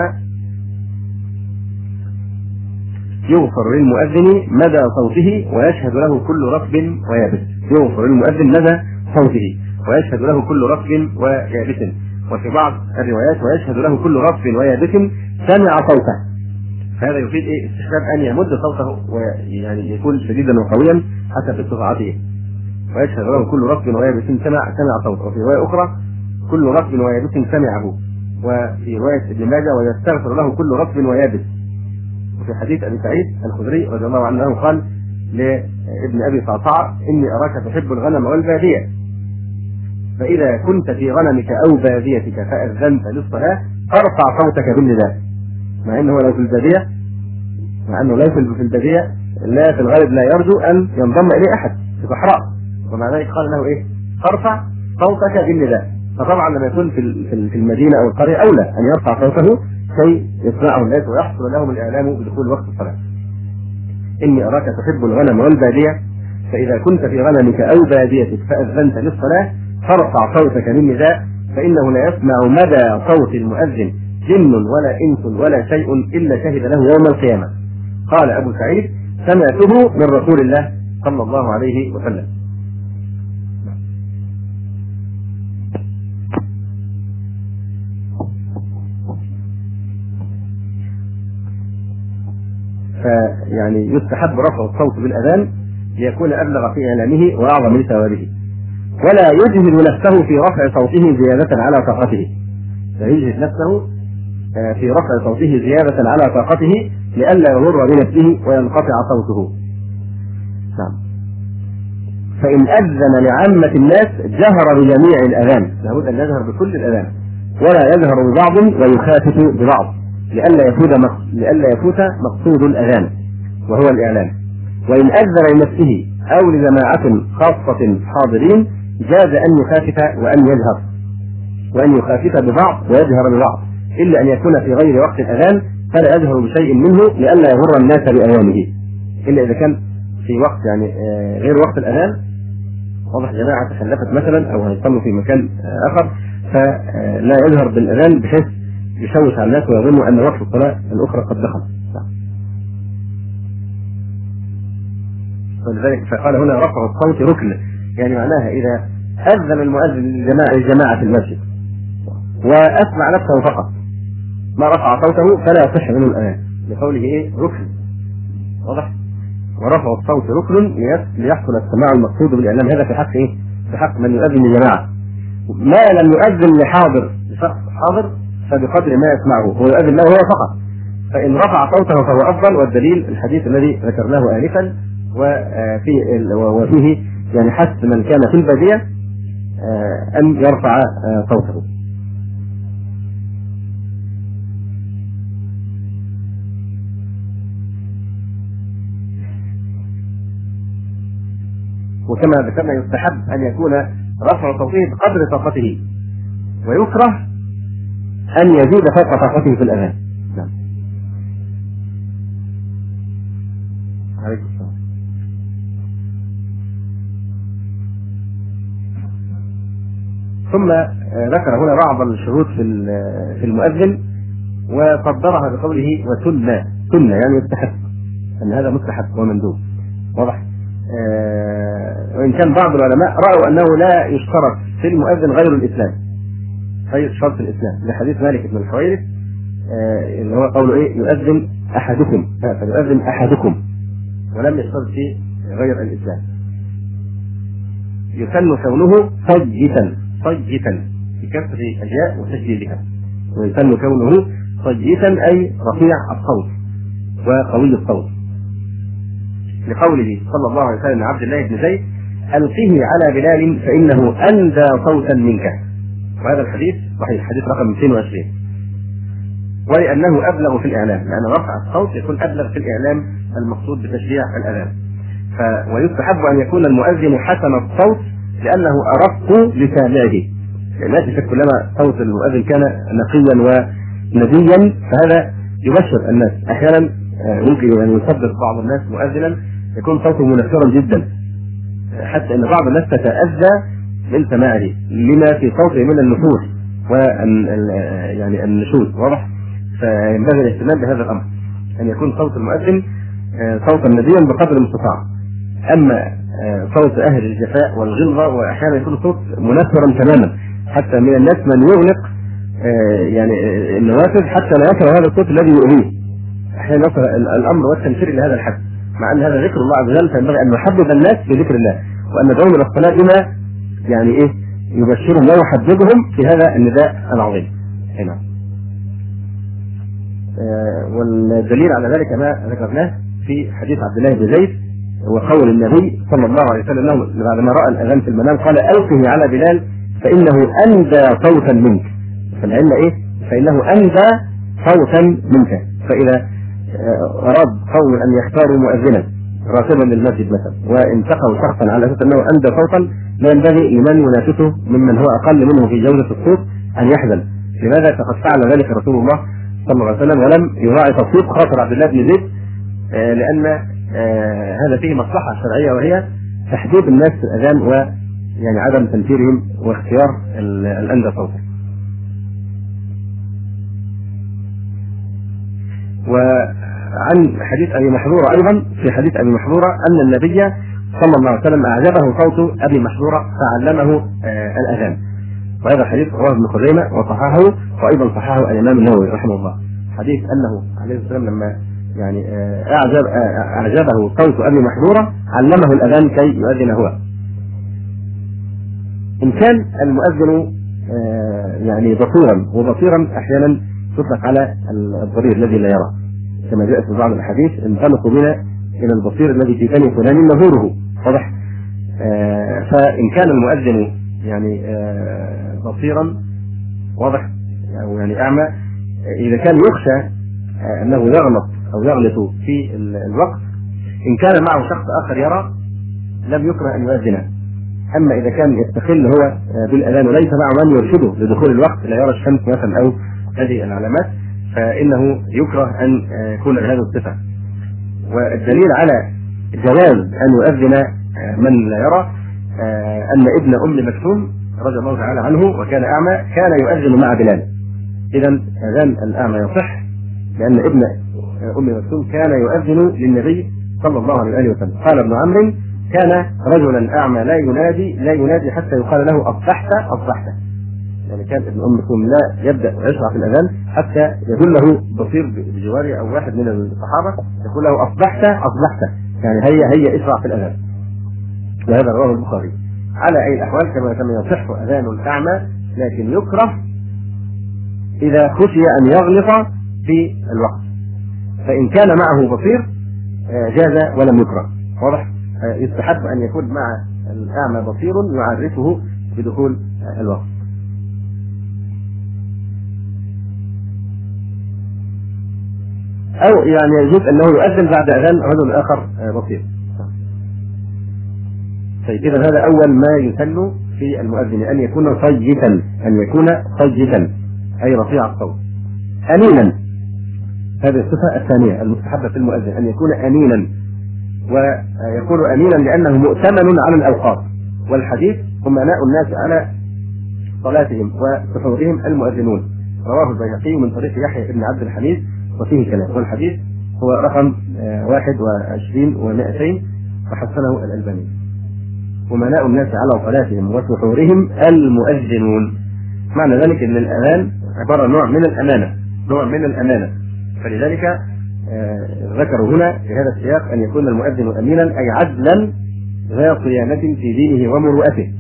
يغفر للمؤذن مدى صوته ويشهد له كل ركب ويابس. يغفر للمؤذن مدى صوته ويشهد له كل ركب ويابس. وفي بعض الروايات: ويشهد له كل ركب ويابس سمع صوته. فهذا يفيد ايه؟ استحباب ان يمد صوته ويعني يكون شديدا وقويا حسب استطاعته. ويشهد له كل ركب ويابس سمع سمع صوته. وفي روايه اخرى: كل ركب ويابس سمعه. وفي روايه ابن ماجه: ويستغفر له كل ركب ويابس. وفي حديث ابي سعيد الخدري رضي الله عنه قال لابن ابي صعصعه: اني اراك تحب الغنم والباديه، فاذا كنت في غنمك او باديتك فاذنت للصلاه فارفع صوتك بالنداء. مع انه لو في الباديه مع انه ليس في الباديه لا في الغالب لا يرجو ان ينضم اليه احد في صحراء، ومع ذلك قال له ايه؟ فارفع صوتك بالنداء. فطبعا لما يكون في في المدينه او القريه اولى ان يرفع صوته كي يسمعه الناس ويحصل لهم الاعلام بدخول وقت الصلاه. اني اراك تحب الغنم والباديه، فاذا كنت في غنمك او باديتك فاذنت للصلاه فارفع صوتك بالنداء، فانه لا يسمع مدى صوت المؤذن جن ولا انس ولا شيء الا شهد له يوم القيامه. قال ابو سعيد: سمعته من رسول الله صلى الله عليه وسلم. فيعني يستحب رفع الصوت بالأذان ليكون أبلغ في إعلامه وأعظم لثوابه، ولا يجهد نفسه في رفع صوته زيادة على طاقته. لا يجهد نفسه في رفع صوته زيادة على طاقته لئلا يضر بنفسه وينقطع صوته. نعم. فإن أذن لعامة الناس جهر بجميع الأذان، لابد أن يجهر بكل الأذان ولا يجهر ببعض ويخافت ببعض لئلا يفوت لئلا يفوت مقصود الأذان وهو الإعلان. وإن أذن لنفسه أو لجماعة خاصة حاضرين جاز أن يخافت وأن يجهر، وأن يخافت ببعض ويجهر ببعض، إلا أن يكون في غير وقت الأذان فلا يجهر بشيء منه لئلا يغر الناس بأذانه، إلا إذا كان في وقت يعني غير وقت الأذان، واضح جماعة تخلفت مثلا أو هيصلوا في مكان آخر فلا يجهر بالأذان بحيث يشوش على الناس ويظنوا أن وقت الصلاة الأخرى قد دخل. ولذلك فقال هنا رفع الصوت ركن، يعني معناها إذا أذن المؤذن للجماعة الجماعة في المسجد وأسمع نفسه فقط ما رفع صوته فلا يصح منه الأذان، لقوله إيه؟ ركن. واضح؟ ورفع الصوت ركن ليحصل السماع المقصود بالإعلام. هذا في حق إيه؟ في حق من يؤذن للجماعة. ما لم يؤذن لحاضر لشخص حاضر فبقدر ما يسمعه هو يؤذن له هو فقط، فإن رفع صوته فهو أفضل. والدليل الحديث الذي ذكرناه آنفا وفيه وفيه يعني حث من كان في البادية أن يرفع صوته. وكما ذكرنا يستحب أن يكون رفع صوته بقدر طاقته، ويكره أن يزيد فوق طاقته في الأذان. عليكم السلام. ثم ذكر هنا بعض الشروط في في المؤذن وقدرها بقوله وسنة، سنة يعني يستحب، أن هذا مستحب ومندوب. واضح؟ آه وإن كان بعض العلماء رأوا أنه لا يشترط في المؤذن غير الإسلام، غير شرط الإسلام، لحديث مالك بن الحويرث آه اللي هو قوله إيه؟ يؤذن أحدكم، فليؤذن أحدكم، ولم يشترط فيه غير الإسلام. يسن كونه صيتا، صيتا بكسر الياء وتشديدها، ويسن كونه صيتا أي رفيع الصوت وقوي الصوت، لقوله صلى الله عليه وسلم عبد الله بن زيد ألقه على بلال فإنه أندى صوتا منك، وهذا الحديث صحيح، حديث رقم مئتين وعشرين. ولأنه أبلغ في الإعلام، لأن رفع الصوت يكون أبلغ في الإعلام المقصود بتشجيع الأذان. ف... ويستحب أن يكون المؤذن حسن الصوت لأنه أرق لسامعه، يعني لا شك كلما صوت المؤذن كان نقيا ونديا فهذا يبشر الناس. أحيانا ممكن أن يسبب بعض الناس مؤذنا يكون صوته منفرا جدا حتى أن بعض الناس تتأذى من سماعه لما في صوته من النفور وأن يعني النشوز. واضح؟ فينبغي الاهتمام بهذا الأمر، أن يكون صوت المؤذن صوتا نديا بقدر المستطاع. أما صوت أهل الجفاء والغلظة وأحيانا يكون صوت منفرا تماما، حتى من الناس من يغلق يعني النوافذ حتى لا يصل هذا الصوت الذي يؤذيه. أحيانا يصل الأمر والتنفير إلى هذا الحد، مع أن هذا ذكر الله عز وجل، فينبغي أن نحبب الناس بذكر الله، وأن ندعوهم إلى الصلاة بما يعني إيه يبشرهم ويحببهم في هذا النداء العظيم. هنا آه والدليل على ذلك ما ذكرناه في حديث عبد الله بن زيد، وقول النبي صلى الله عليه وسلم له بعدما رأى الأذان في المنام قال ألقه على بلال فإنه أندى صوتا منك. فالعلة إيه؟ فإنه أندى صوتا منك. فإذا أراد قوم أن يختاروا مؤذنا راتبا للمسجد مثلا وانتقوا شخصا على أساس أنه أندى صوتا، لا ينبغي لمن ينافسه ممن هو أقل منه في جودة الصوت أن يحزن. لماذا؟ فقد فعل ذلك رسول الله صلى الله عليه وسلم ولم يراعي تصويت خاطر عبد الله بن زيد، آه لأن آه هذا فيه مصلحة شرعية وهي تحديد الناس في الأذان ويعني عدم تنفيرهم واختيار الأندى صوتا. وعن حديث أبي محذورة أيضا، في حديث أبي محذورة أن النبي صلى الله عليه وسلم أعجبه صوت أبي محذورة فعلمه آه الأذان، وهذا الحديث رواه ابن خزيمة وصححه، وأيضا صححه الإمام النووي رحمه الله. حديث أنه عليه الصلاة والسلام لما يعني أعجب أعجبه صوت أبي محذورة علمه الأذان كي يؤذن هو. إن كان المؤذن يعني بصيرا، وبصيرا أحيانا تطلق على الضرير الذي لا يرى، كما جاء في بعض الأحاديث انطلقوا بنا إلى البصير الذي في بني فلان نظوره. واضح؟ فإن كان المؤذن يعني بصيرا واضح أو يعني أعمى، إذا كان يخشى أنه يغلط أو يغلط في الوقت، إن كان معه شخص آخر يرى لم يكره أن يؤذنه. أما إذا كان يستقل هو بالأذان وليس معه من يرشده لدخول الوقت، لا يرى الشمس مثلا أو هذه العلامات، فإنه يكره أن يكون بهذه الصفة. والدليل على جواز أن يؤذن من لا يرى أن ابن أم مكتوم رضي الله تعالى عنه وكان أعمى كان يؤذن مع بلال. إذا أذان الأعمى يصح، لأن ابن أم مكتوم كان يؤذن للنبي صلى الله عليه وسلم. قال ابن عمرو كان رجلا أعمى لا ينادي لا ينادي حتى يقال له أصبحت أصبحت، يعني كان ابن أم مكتوم لا يبدأ يشرع في الأذان حتى يدله بصير بجواره أو واحد من الصحابة يقول له أصبحت أصبحت، يعني هيا هيا اشرع في الأذان. وهذا رواه البخاري. على أي الأحوال كما كما يصح أذان الأعمى، لكن يكره إذا خشي أن يغلط في الوقت. فإن كان معه بصير جاز ولم يكره. واضح؟ يستحب أن يكون مع الأعمى بصير يعرفه بدخول الوقت. أو يعني يجوز أنه يؤذن بعد أذان رجل آخر بصير. طيب إذا هذا أول ما يسن في المؤذن، أن يكون صيتا، أن يكون صيتا أي رفيع الصوت. أنينا، هذه الصفة الثانية المستحبة في المؤذن، أن يكون أنينا، ويكون أمينا لأنه مؤتمن على الأوقات. والحديث أمناء الناس على صلاتهم وسحورهم المؤذنون. رواه البيهقي من طريق يحيى بن عبد الحميد وفيه كلام. والحديث هو رقم واحد وعشرين ومائتين وحسنه الألباني. أمناء الناس على صلاتهم وسحورهم المؤذنون. معنى ذلك أن الأذان عبارة نوع من الأمانة، نوع من الأمانة. فلذلك آه ذكروا هنا في هذا السياق أن يكون المؤذن أمينا أي عدلا ذا صيانة في دينه ومروءته،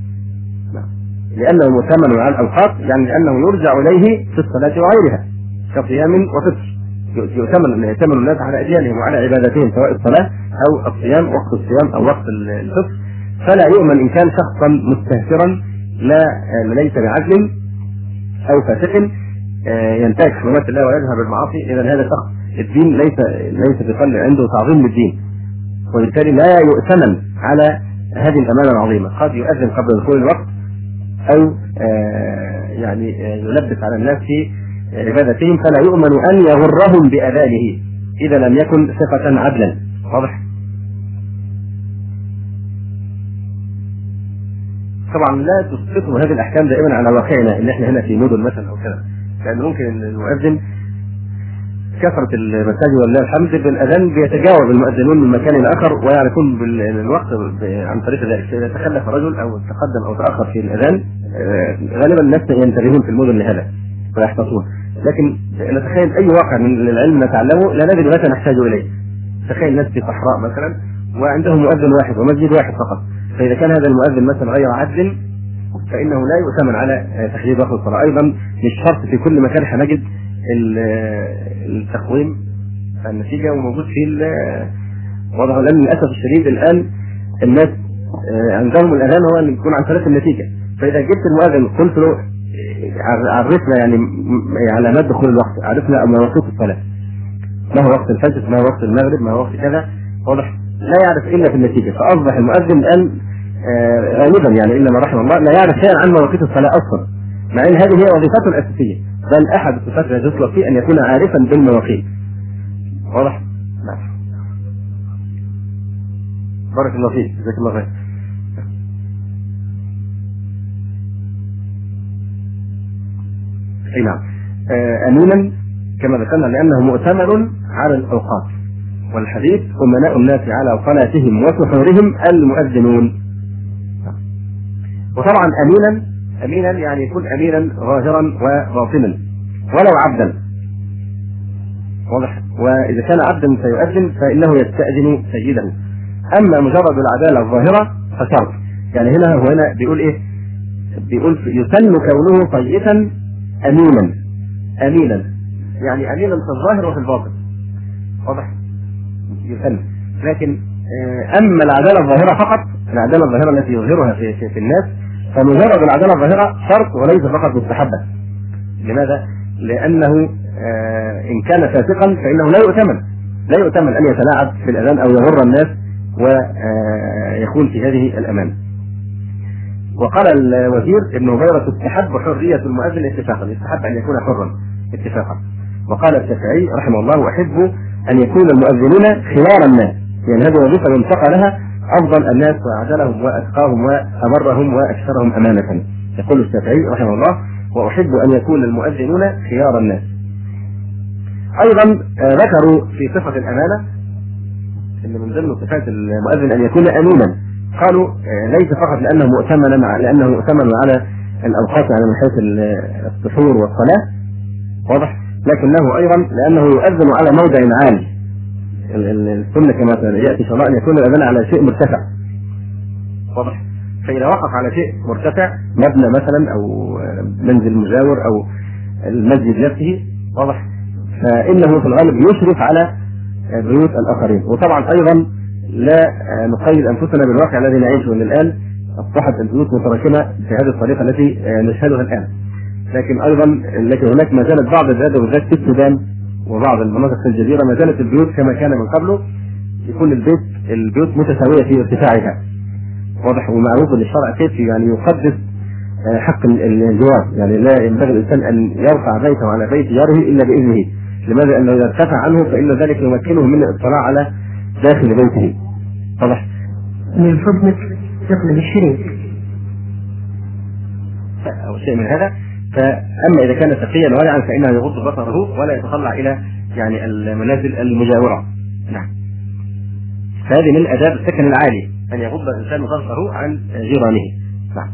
لأنه مؤتمن على الأوقات، يعني لأنه يرجع إليه في الصلاة وغيرها كصيام وفطر. يؤتمن يؤتمن الناس على أديانهم وعلى عباداتهم سواء الصلاة أو الصيام، وقت الصيام أو وقت الفطر. فلا يؤمن إن كان شخصا مستهترا لا ليس بعدل أو فاسق ينتهك حرمات الله ويذهب بالمعاصي، إذا هذا شخص الدين ليس ليس بقلب عنده تعظيم للدين، وبالتالي لا يؤتمن على هذه الأمانة العظيمة. قد يؤذن قبل دخول الوقت أو يعني يلبس على الناس في عبادتهم، فلا يؤمن أن يغرهم بأذانه إذا لم يكن ثقة عدلا. واضح؟ طبعا لا تسقطوا هذه الأحكام دائما على واقعنا اللي احنا هنا في مدن مثلا أو كذا، لأن ممكن أن المؤذن كثرة المساجد ولله الحمد بالأذان بيتجاوز المؤذنون من مكان إلى آخر ويعرفون بالوقت عن طريق ذلك. إذا تخلف رجل أو تقدم أو تأخر في الأذان غالبا الناس ينتبهون في المدن لهذا ويحتاطون. لكن نتخيل أي واقع من العلم نتعلمه لا ندري متى نحتاج إليه. تخيل ناس في صحراء مثلا وعندهم مؤذن واحد ومسجد واحد فقط، فإذا كان هذا المؤذن مثلا غير عدل فإنه لا يؤتمن على تحديد وقت الصلاة. أيضا مش شرط في كل مكان حنجد التقويم النتيجة وموجود في وضع، لأن للأسف الشديد الآن الناس عندهم الأذان هو اللي يكون عن طريق النتيجة. فإذا جبت المؤذن قلت له عرفنا يعني علامات دخول الوقت، عرفنا مواقيت الصلاة، ما هو وقت الفجر، ما هو وقت المغرب، ما هو وقت كذا، واضح لا يعرف إلا في النتيجة. فأصبح المؤذن الآن غالبا يعني إلا ما رحم الله لا يعرف شيئا عن مواقيت الصلاة أصلا، مع أن هذه هي وظيفته الأساسية، بل أحد الصفات التي يطلق فيه أن يكون عارفا بالمواقيت. واضح؟ نعم. بارك الله فيك، جزاك الله خير. أي نعم. أمينا كما ذكرنا لأنه مؤتمن على الأوقات. والحديث أمناء الناس على صلاتهم وسحورهم المؤذنون. وطبعا أمينا أمينا يعني يكون أمينا ظاهرا وباطنا ولو عبدا. واضح؟ وإذا كان عبدا سيؤذن فإنه يستأذن سيده. أما مجرد العدالة الظاهرة فشرط. يعني هنا هو هنا بيقول إيه؟ بيقول يسن كونه طيئا أمينا. أمينا يعني أمينا في الظاهر وفي الباطن. واضح؟ يسن. لكن أما العدالة الظاهرة فقط، العدالة الظاهرة التي يظهرها في, في, في الناس، فمجرد العدالة الظاهرة شرط وليس فقط مستحبة. لماذا؟ لأنه آه إن كان فاسقا فإنه لا يؤتمن لا يؤتمن أن يتلاعب في الأذان أو يغر الناس ويكون في هذه الأمان. وقال الوزير ابن هبيرة تستحب حرية المؤذن اتفاقا، يستحب أن يكون حرا اتفاقا. وقال الشافعي رحمه الله وأحب أن يكون المؤذنون خيار الناس، يعني هذه وظيفة ينتقى لها أفضل الناس وأعدلهم وأتقاهم وأبرهم وأكثرهم أمانة. يقول الشافعي رحمه الله وأحب أن يكون المؤذنون خيار الناس. أيضا ذكروا في صفة الأمانة إن من ضمن صفات المؤذن أن يكون أمينا. قالوا ليس فقط لأنه مؤتمن لأنه مؤتمن على الأوقات على من حيث السحور والصلاة، واضح، لكنه أيضا لأنه يؤذن على موضع عالي. السنة كما يأتي شرع أن يكون الأذان على شيء مرتفع، واضح. فإذا وقف على شيء مرتفع مبنى مثلا أو منزل مجاور أو المسجد نفسه، واضح، فإنه في الغالب يشرف على بيوت الآخرين. وطبعا أيضا لا نقيد أنفسنا بالواقع الذي نعيشه من الآن، أصبحت البيوت متراكمة في هذه الطريقة التي نشهدها الآن. لكن أيضا لكن هناك ما زالت بعض البلاد وبالذات في السودان وبعض المناطق في الجزيرة ما زالت البيوت كما كان من قبله، يكون البيت البيوت متساوية في ارتفاعها، واضح. ومعروف ان الشرع كيف يعني يقدس حق الجوار، يعني لا ينبغي الإنسان أن يرفع بيته على بيت جاره إلا بإذنه. لماذا؟ أنه إذا ارتفع عنه فإن ذلك يمكنه من الاطلاع على داخل بيته. واضح؟ من فضلك تقلب الشريط أو شيء من هذا. فأما إذا كان تقيا ورعا فإنه يغض بصره ولا يتطلع إلى يعني المنازل المجاورة. نعم. فهذه من آداب السكن العالي أن يغض الإنسان بصره عن جيرانه. نعم.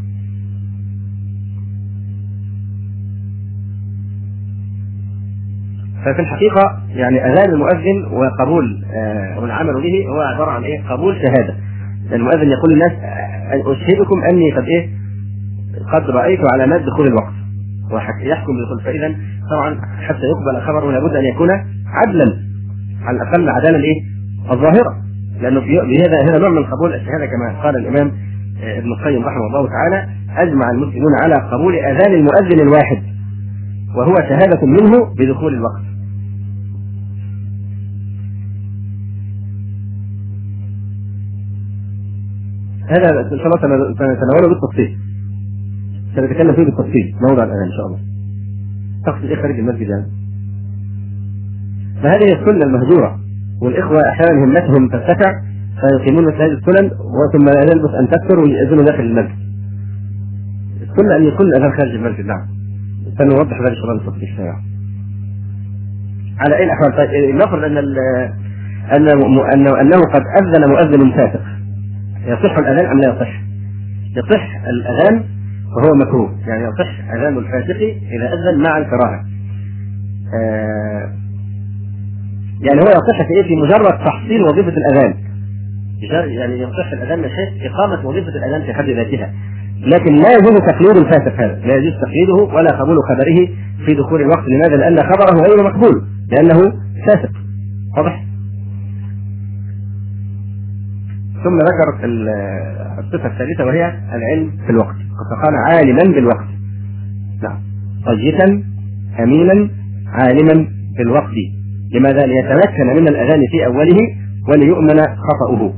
ففي الحقيقة يعني أذان المؤذن وقبول آه والعمل به هو عبارة عن إيه؟ قبول شهادة. المؤذن يقول للناس أشهدكم أني قد إيه؟ قد رأيت علامات دخول الوقت، ويحكم بدخول. فإذا طبعا حتى يقبل خبره لابد أن يكون عدلا، على الأقل عدالة الإيه؟ الظاهرة، لأنه بهذا هذا نوع من قبول الشهادة. كما قال الإمام ابن القيم رحمه الله تعالى: أجمع المسلمون على قبول أذان المؤذن الواحد وهو شهادة منه بدخول الوقت. هذا إن شاء الله سنتناوله بالتفصيل، سنتكلم فيه بالتفصيل موضع الأذان إن شاء الله. تقصد إيه خارج المسجد يعني؟ فهذه السنة المهجورة، والإخوة أحيانا همتهم ترتفع فيقيمون مثل هذه السنن وثم لا يلبث أن تكثر ويأذنوا داخل المسجد. السنة أن يكون الأذان خارج المسجد. نعم. سنوضح ذلك إن شاء الله بالتفصيل. على أي الأحوال طيب نفرض أن أنه أنه قد أذن مؤذن فاسق، يصح الأذان أم لا يصح؟ يصح الأذان وهو مكروه، يعني يصح أذان الفاسق إذا أذن مع الكراهة. آه يعني هو يصح في إيه؟ في مجرد تحصيل وظيفة الأذان، يعني يصح الأذان من حيث إقامة وظيفة الأذان في حد ذاتها، لكن لا يجوز تقليد الفاسق هذا، لا يجوز تقليده ولا قبول خبره في دخول الوقت. لماذا؟ لأن خبره غير مقبول، لأنه فاسق. واضح؟ ثم ذكر الصفة الثالثة وهي العلم في الوقت، فقال عالما بالوقت. نعم. طيتا أمينا عالما بالوقت. لماذا؟ ليتمكن من الأذان في أوله وليؤمن خطأه.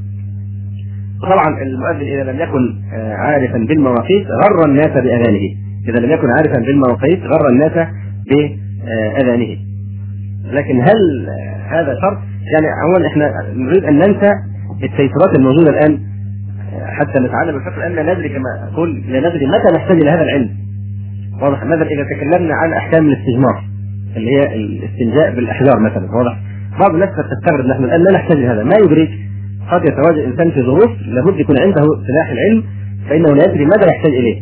طبعا المؤذن إذا لم يكن عارفا بالمواقيت غر الناس بأذانه، إذا لم يكن عارفا بالمواقيت غر الناس بأذانه. لكن هل هذا شرط؟ يعني أولا إحنا نريد أن ننسى التيسيرات الموجودة الآن حتى نتعلم الفقه، لأن لا ندري كما أقول لا ندري متى نحتاج إلى هذا العلم. واضح؟ مثلا إذا تكلمنا عن أحكام الاستجمار اللي هي الاستنجاء بالأحجار مثلا، واضح؟ بعض الناس قد تستغرب نحن الآن لا نحتاج لهذا، ما يدرك قد يتواجد إنسان في ظروف لابد يكون عنده سلاح العلم فإنه لا يدري ماذا يحتاج إليه،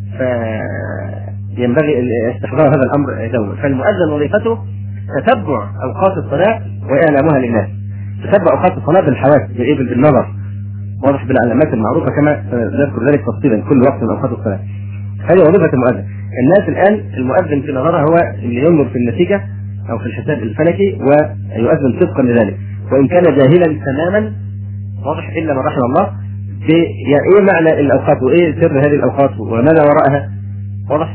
فينبغي استحضار هذا الأمر دوما. فالمؤذن وظيفته تتبع أوقات الصلاة وإعلامها للناس، تتبع أوقات الصلاة بالحواس بالنظر، واضح، بالعلامات المعروفة كما نذكر ذلك تفصيلا كل وقت من أوقات الصلاة. هذه وظيفة المؤذن. الناس الآن المؤذن في نظرها هو اللي ينظر في النتيجة أو في الحساب الفلكي ويؤذن صدقا لذلك، وإن كان جاهلا تماما، واضح، إلا من رحم الله، إيه معنى الأوقات وإيه سر هذه الأوقات وماذا وراءها. واضح؟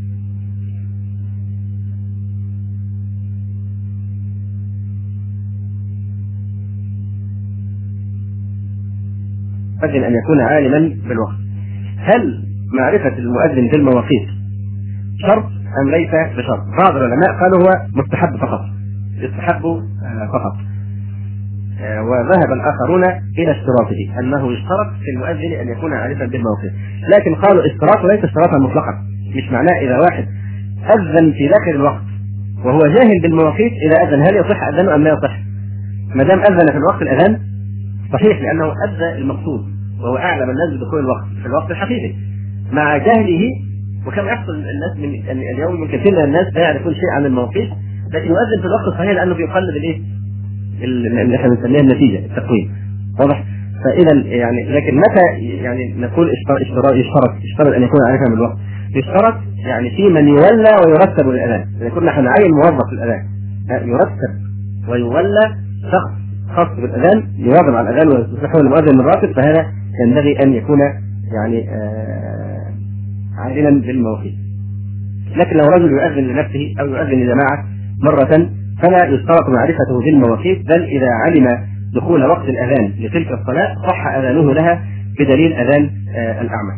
يجب أن يكون عالما بالوقت. هل معرفة المؤذن بالمواقيت شرط أم ليس بشرط؟ بعض العلماء قالوا هو مستحب فقط، يستحب فقط، وذهب الآخرون إلى اشتراطه أنه يشترط في المؤذن أن يكون عارفا بالمواقيت، لكن قالوا اشتراط وليس اشتراطا مطلقا. مش معناه إذا واحد أذن في داخل الوقت وهو جاهل بالمواقيت إذا أذن هل يصح أذانه أم لا يصح؟ ما دام أذن في الوقت الأذان صحيح، لأنه أدى المقصود وهو أعلم الناس بدخول الوقت في الوقت الحقيقي مع جهله. وكما يحصل الناس من اليوم من كثير من الناس لا يعرفون شيء عن المواقيت، لكن يؤذن في الوقت الصحيح لأنه بيقلد الإيه؟ اللي احنا بنسميها النتيجة، التقويم. واضح؟ فإذا يعني لكن متى يعني نقول اشترط يشترط يشترط أن يكون عارفا بالوقت؟ يشترط يعني في من يولى ويرتب للأذان. إذا كنا احنا نعين موظف للأذان يرتب ويولى شخص خاص بالأذان يواظب على الأذان ويصبح المؤذن الراتب، فهذا ينبغي أن يكون يعني آه عالما بالمواقيت. لكن لو رجل يؤذن لنفسه أو يؤذن لجماعة مرة فلا يشترط معرفته بالمواقيت، بل إذا علم دخول وقت الأذان لتلك الصلاة صح أذانه لها بدليل أذان آه الأعمى.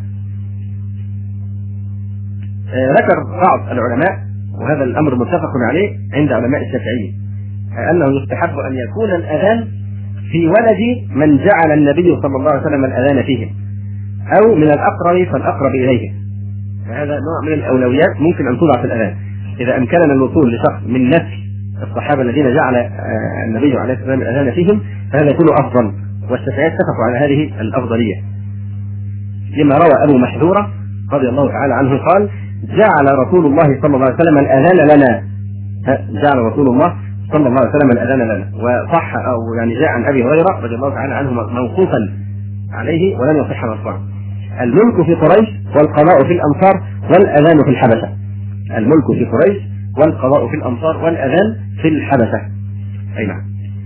آه ذكر بعض العلماء وهذا الأمر متفق عليه عند علماء الشافعية أنه يستحب أن يكون الأذان في ولد من جعل النبي صلى الله عليه وسلم الأذان فيهم، أو من الأقرب فالأقرب إليه. فهذا نوع من الأولويات ممكن أن توضع في الأذان. إذا أمكننا الوصول لشخص من نسل الصحابة الذين جعل النبي عليه الصلاة والسلام الأذان فيهم فهذا يكون أفضل، والشافعية اتفقوا على هذه الأفضلية، لما روى أبو محذورة رضي الله تعالى عنه قال: جعل رسول الله صلى الله عليه وسلم الأذان لنا، جعل رسول الله صلى الله عليه وسلم الأذان لنا. وصح أو يعني جاء عن أبي هريرة رضي الله تعالى عنه موقوفا عليه ولم يصح مرفوعا: الملك في قريش والقضاء في الأمصار والأذان في الحبشة. الملك في قريش والقضاء في الأمصار والأذان في الحبشة. أي نعم.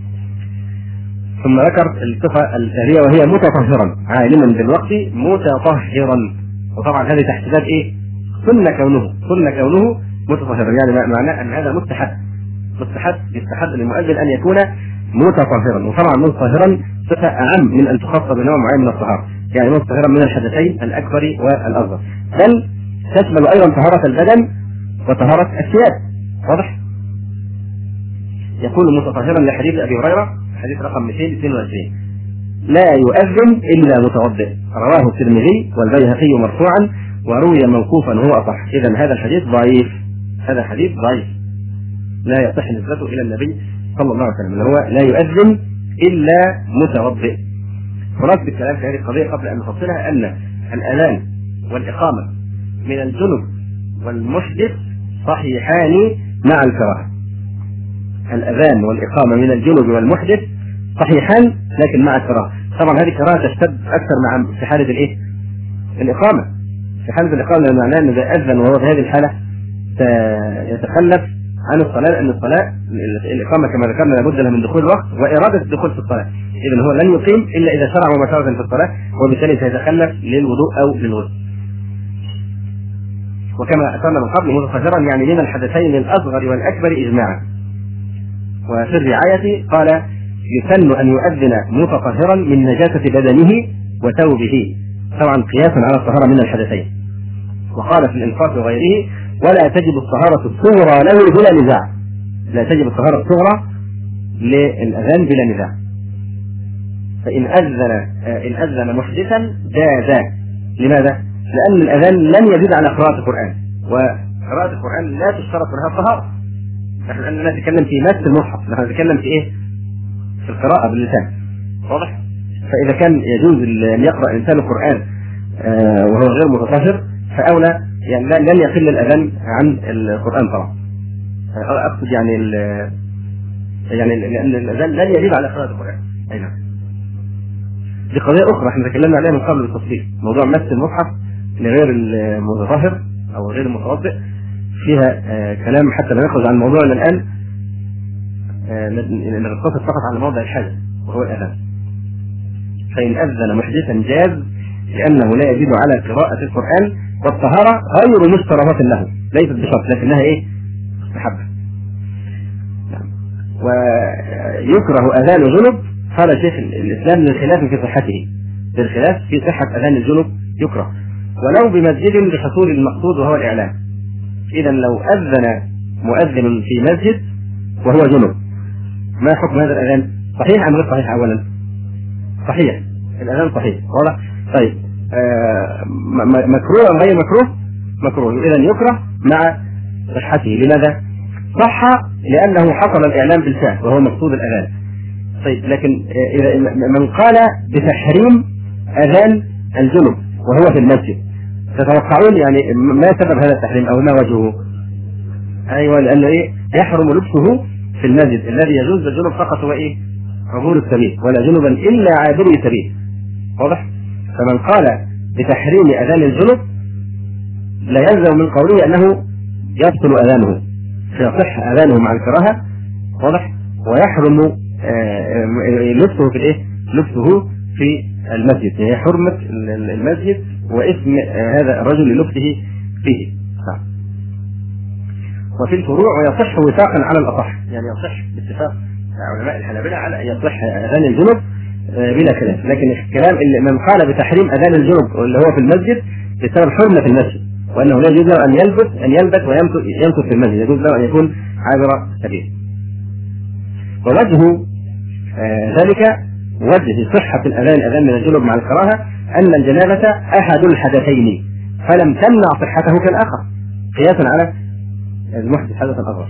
ثم ذكر الصفة الثانية وهي متطهرا، عالما بالوقت متطهرا. وطبعا هذه تحديدات ايه؟ سنة كونه سنة كونه متطهرا، يعني معناه ان هذا مستحب مستحب يستحب للمؤذن ان يكون متطهرا. وطبعا متطهرا صفة اعم من ان تخص بنوع معين من الطهارة، يعني متطهرا من الحدثين الاكبر والاصغر، بل تشمل ايضا طهارة البدن وطهارة الثياب. واضح؟ يقول متطهرا لحديث ابي هريرة حديث رقم مئتين واثنين وعشرين: لا يؤذن الا متوضئ، رواه الترمذي والبيهقي مرفوعا وروي موقوفا وهو اصح. اذا هذا الحديث ضعيف، هذا حديث ضعيف لا يصح نسبته الى النبي صلى الله عليه وسلم، هو لا يؤذن الا متوضئ. خلاص بالكلام في هذه القضيه قبل ان نفصلها ان الاذان والاقامه من الجنب والمحدث صحيحان مع الكراهه. الاذان والاقامه من الجنب والمحدث صحيحان لكن مع الكراهه. طبعا هذه الكراهه تشتد اكثر مع في حاله الايه؟ الاقامه. في حاله الاقامه معناه ان اذا اذن وهو في هذه الحاله يتخلف عن الصلاه، لان الصلاه الاقامه كما ذكرنا لابد لها من دخول الوقت واراده الدخول في الصلاه. اذا هو لن يقيم الا اذا شرع مباشره في الصلاه، وبالتالي سيتخلف للوضوء او للغسل. وكما اشرنا من قبل متطهرا يعني من الحدثين الاصغر والاكبر اجماعا. وفي الرعايه قال: يسن ان يؤذن متطهرا من نجاسه بدنه وثوبه، طبعا قياسا على الطهاره من الحدثين. وقال في الانفاق وغيره: ولا تجب الطهاره الصغرى له بلا نزاع. لا تجب الطهاره الصغرى للاذان بلا نزاع. فان اذن ان اذن محدثا جاز. لماذا؟ لان الاذان لن يزيد على قراءه القران، وقراءه القران لا تشترط لها الطهاره. نحن لا نتكلم في مس المصحف، نحن نتكلم في ايه؟ في القراءه باللسان. واضح؟ فاذا كان يجوز ان يقرا الانسان القران آه وهو غير متطهر فاولى، يعني لن يقل الاذان عن القران طبعا. اقصد يعني يعني لان الاذان لن يزيد على قراءه القران. اي نعم. دي قضيه اخرى احنا تكلمنا عليها من قبل بالتفصيل، موضوع مس المصحف لغير المتطهر او غير المتوضئ فيها آه كلام حتى لا نخرج عن موضوعنا الان. آه نقتصر فقط على موضع الحاجه وهو الاذان. فإن أذن محدثا جاز لأنه لا يزيد على قراءة القرآن، والطهارة غير مشترطة له، ليست بشرط لكنها إيه؟ مستحبة. ويكره أذان الجنب، قال شيخ الإسلام للخلاف في صحته، للخلاف في صحة أذان الجنب يكره ولو بمسجد بحصول المقصود وهو الإعلام. إذا لو أذن مؤذن في مسجد وهو جنب ما حكم هذا الأذان؟ صحيح أم غير صحيح؟ أولا صحيح، الأذان صحيح. واضح؟ طيب آه مكروه أم غير مكروه؟ مكروه. إذا يكره مع صحته. لماذا؟ صح لأنه حصل الإعلام بالفعل وهو مقصود الأذان. طيب لكن إذا من قال بتحريم أذان الجنب وهو في المسجد، تتوقعون يعني ما سبب هذا التحريم أو ما وجهه؟ أيوة، لأنه إيه؟ يحرم لبسه في المسجد. الذي يجوز للجنب فقط هو إيه؟ عبور السبيل، ولا جنبا إلا عابري سبيل. واضح؟ فمن قال بتحريم أذان الجنب لا يلزم من قوله أنه يبطل أذانه، فيصح أذانه مع الكراهة. واضح؟ ويحرم لبسه في الإيه؟ لبسه في المسجد، هي حرمة المسجد واسم هذا الرجل للبسه فيه. وفي الفروع ويصح وثاقا على الأصح، يعني يصح باتفاق علماء الحنابلة على يصح أذان الجنب بلا خلاف. لكن الكلام اللي من قال بتحريم أذان الجنب اللي هو في المسجد بسبب حرمة في المسجد، وأنه لا يجوز له أن يلبس أن يلبس ويمكث في المسجد، يجوز له أن يكون عابر سبيل. ووجه ذلك وجه صحة الأذان الأذان من الجنوب مع الكراهة أن الجنابة أحد الحدثين فلم تمنع صحته كالآخر قياسا على المحدث حدثا أصغر.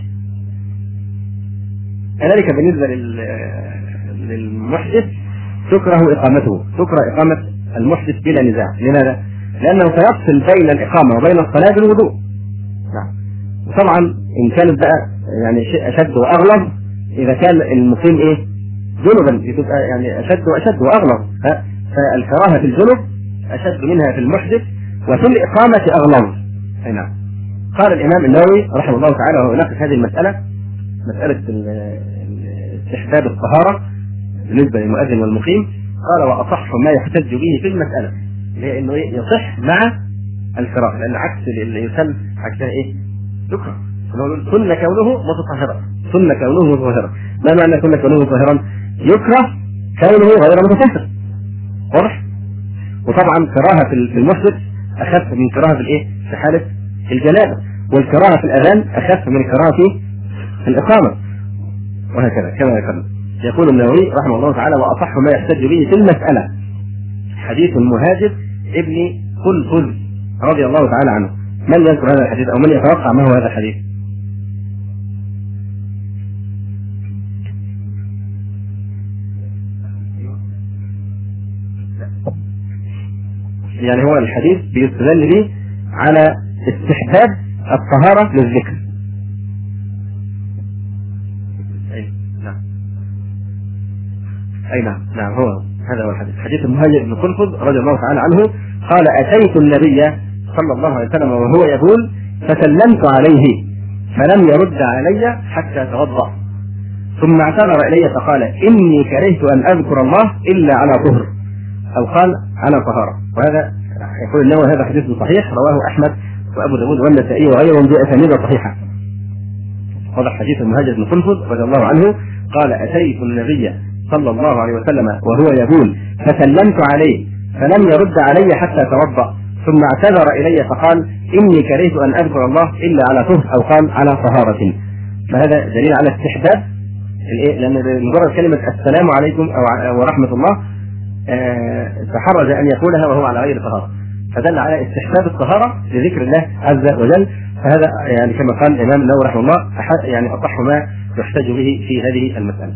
كذلك بالنسبة للمحدث تكره إقامته، تكره إقامة المحدث بلا نزاع. لماذا؟ لأنه سيفصل بين الإقامة وبين الصلاة بالوضوء. نعم. وطبعا إن كانت بقى يعني شيء أشد وأغلظ إذا كان المقيم إيه جنبا بتبقى يعني أشد وأشد وأغلظ، فالكراهة في الجنب أشد منها في المحدث وفي الإقامة أغلظ. نعم. قال الإمام النووي رحمه الله تعالى وهو يناقش هذه المسألة، مسألة استحباب الطهارة بالنسبة للمؤذن والمقيم، قال وأصح ما يحتج به في المسألة هي إنه يصح مع الكراهة، لأن عكس اللي يسمى عكسها إيه؟ يكره. سنة كونه متطهرا، سنة كونه متطهرا. ما معنى سنة كونه متطهرا؟ يكره كونه غير متطهر. واضح؟ وطبعا كراهة في المحدث أخف من كراهة في الإيه؟ في حالة الجنابة، والكراهة في الأذان أخف من كراهة في الإقامة، وهكذا كما ذكرنا. يقول النووي رحمه الله تعالى وأصح ما يحتج به في المسألة حديث المهاجر ابن قلقل رضي الله تعالى عنه. من يذكر هذا الحديث أو من يتوقع ما هو هذا الحديث؟ يعني هو الحديث بيستدل به على استحباب الطهارة للذكر. أي نعم أي نعم نعم هو هذا هو الحديث. حديث المهاجر بن قلقل رضي الله تعالى عنه قال أتيت النبي صلى الله عليه وسلم وهو يقول فسلمت عليه فلم يرد علي حتى توضأ ثم اعتذر إلي فقال إني كرهت أن أذكر الله إلا على طهر أو قال على طهارة. وهذا يقول النووي هذا حديث صحيح رواه أحمد وأبو داود والنسائي وغيرهم بأسانيد صحيحة. هذا حديث المهاجر بن قلقل رضي الله عنه قال أتيت النبي صلى الله عليه وسلم وهو يقول فسلمت عليه فلم يرد علي حتى توضأ ثم اعتذر إلي فقال إني كرهت أن أذكر الله إلا على طهر أو قال على طهارة. فهذا دليل على استحباب الإيه؟ لأن مجرد كلمة السلام عليكم أو ورحمة الله تحرج أن يقولها وهو على غير طهارة، فدل على استحباب الطهارة لذكر الله عز وجل. فهذا يعني كما قال الإمام النووي رحمه الله يعني أصح ما يحتج به في هذه المسألة.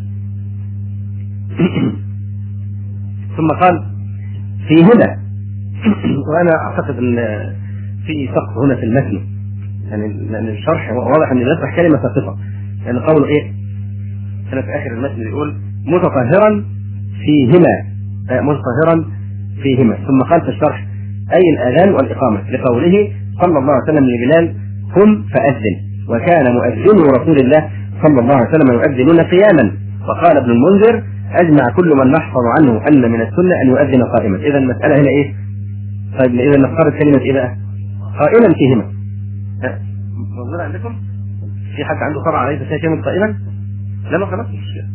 ثم قال في هنا، وأنا أعتقد أن في سقط هنا في المتن، يعني لأن الشرح واضح أن يشرح كلمة ساقطة، يعني قوله إيه؟ أنا في آخر المتن يقول متطهرا فيهما متطهرا فيهما، ثم قال في الشرح أي الأذان والإقامة لقوله صلى الله عليه وسلم لبلال قم فأذن، وكان مؤذن رسول الله صلى الله عليه وسلم يؤذنون قياما. وقال ابن المنذر أجمع كل من نحفظ عنه أن من السنة أن يؤذن قائما. إذا المسألة هنا إيه؟ طيب إذا نفترض كلمة إيه بقى؟ قائما فيهما. موجودة عندكم؟ في حد عنده طبعا عليه فيها كلمة قائما؟ لا ما خلاص مش كده.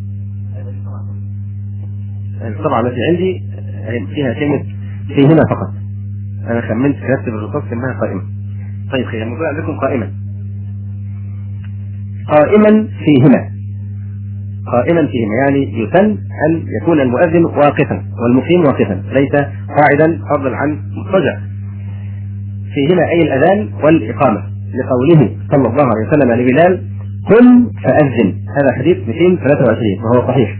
الطبعة التي عندي فيها كلمة فيهما فقط. أنا خمنت كتبت الرصاص كلمة قائمة. طيب خير موجودة عندكم قائما. قائما فيهما. قائما فيهما يعني يسن أن يكون المؤذن واقفا والمقيم واقفا ليس قاعدا فضلا عن مضطجع. فيهما أي الأذان والإقامة لقوله صلى الله عليه وسلم لبلال قم فأذن. هذا حديث مئتين وثلاثة وعشرين وهو صحيح.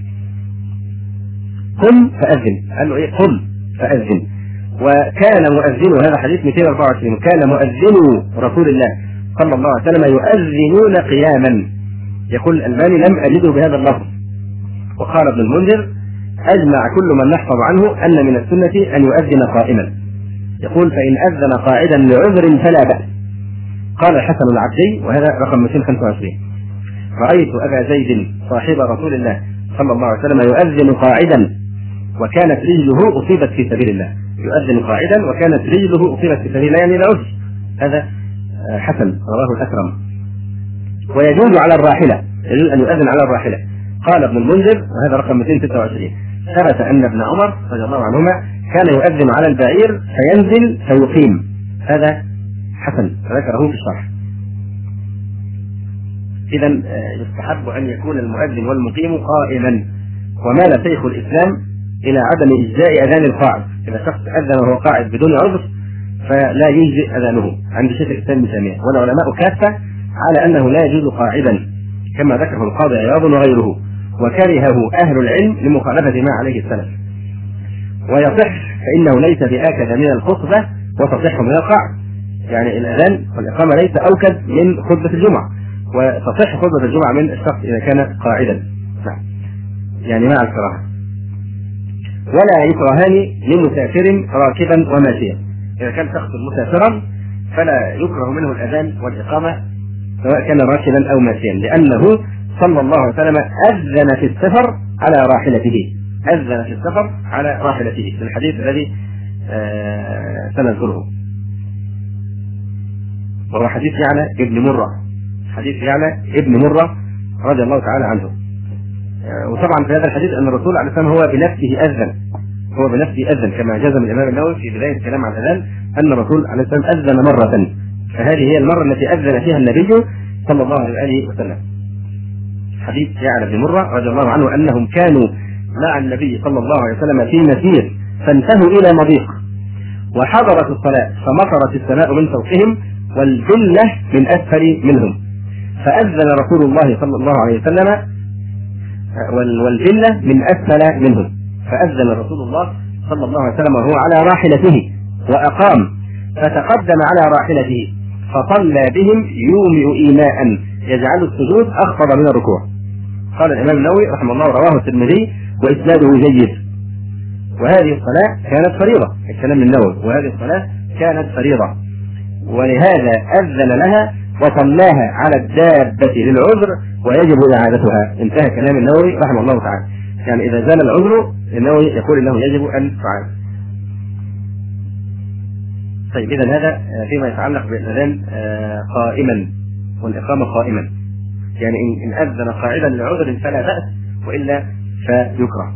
قم فأذن، قال له إيه؟ قم فأذن. وكان مؤذن، هذا حديث مئتين وأربعة وعشرين، كان مؤذن رسول الله صلى الله عليه وسلم يؤذنون قياما. يقول الألباني لم أجده بهذا اللفظ. وقال ابن المنذر أجمع كل من نحفظ عنه أن من السنة أن يؤذن قائما. يقول فإن أذن قاعدا لعذر فلا بأس. قال الحسن العبدي وهذا رقم مئتين وخمسة وعشرين رأيت أبا زيد صاحب رسول الله صلى الله عليه وسلم يؤذن قاعدا وكانت رجله أصيبت في سبيل الله. يؤذن قاعدا وكانت رجله أصيبت في سبيل الله يعني لا عذر. هذا حسن رواه الأكرم. ويجوز على الراحلة، يجوز أن يؤذن على الراحلة. قال ابن المنذر وهذا رقم مئتين وستة وعشرين ثبت أن ابن عمر رضي الله عنهما كان يؤذن على البعير فينزل فيقيم. هذا حسن ذكره في الشرح. إذن يستحب أن يكون المؤذن والمقيم قائما. ومال شيخ الإسلام إلى عدم إجزاء أذان القاعد. إذا شخص أذن وهو قاعد بدون عذر فلا يجزئ أذانه عند شيخ الإسلام ابن تيمية والعلماء كافة على أنه لا يجوز قاعدا كما ذكره القاضي عياض وغيره، وكرهه أهل العلم لمخالفة ما عليه السلف. ويصح فإنه ليس بآكد من الخطبة وتصح من القاعد، يعني الأذان والإقامة ليس أوكد من خطبة الجمعة، وتصح خطبة الجمعة من الشخص إذا كان قاعدا يعني مع الكراهة. ولا يكرهان لمسافر راكبا وماشيا. إذا كان شخص مسافرا فلا يكره منه الأذان والإقامة سواء كان راكبا أو ماشيا، لأنه صلى الله عليه وسلم أذن في السفر على راحلته، أذن في السفر على راحلته في الحديث الذي آه سنذكره، وهو حديث يعلى ابن مرة، حديث يعلى ابن مرة رضي الله تعالى عنه. آه وطبعا في هذا الحديث أن الرسول عليه السلام هو بنفسه أذن، هو بنفسه أذن كما جزم الإمام النووي في بداية الكلام عن الأذان أن الرسول عليه السلام أذن مرة، فهذه هي المرة التي أذن فيها النبي صلى الله عليه وسلم. حديث يعلى بن مرة رضي الله عنه أنهم كانوا مع النبي صلى الله عليه وسلم في مسير فانتهوا إلى مضيق وحضرت الصلاة فمطرت السماء من فوقهم والجلة من أسفل منهم، فأذن رسول الله صلى الله عليه وسلم والجلة من أسفل منهم، فأذن رسول الله صلى الله عليه وسلم وهو على راحلته وأقام، فتقدم على راحلته فصلى بهم يومئ إيماء يجعل السجود أخفض من الركوع. قال الإمام النووي رحمه الله رواه الترمذي وإسناده جيد. وهذه الصلاة كانت فريضة، الكلام النووي، وهذه الصلاة كانت فريضة ولهذا أذن لها وصلاها على الدابة للعذر ويجب إعادتها. انتهى كلام النووي رحمه الله تعالى. يعني إذا زال العذر النووي يقول إنه يجب أن تعاد. طيب إذا هذا فيما يتعلق بالأذان قائما والإقامة قائما، يعني إن أذن قاعدا لعذر فلا بأس وإلا فيكره.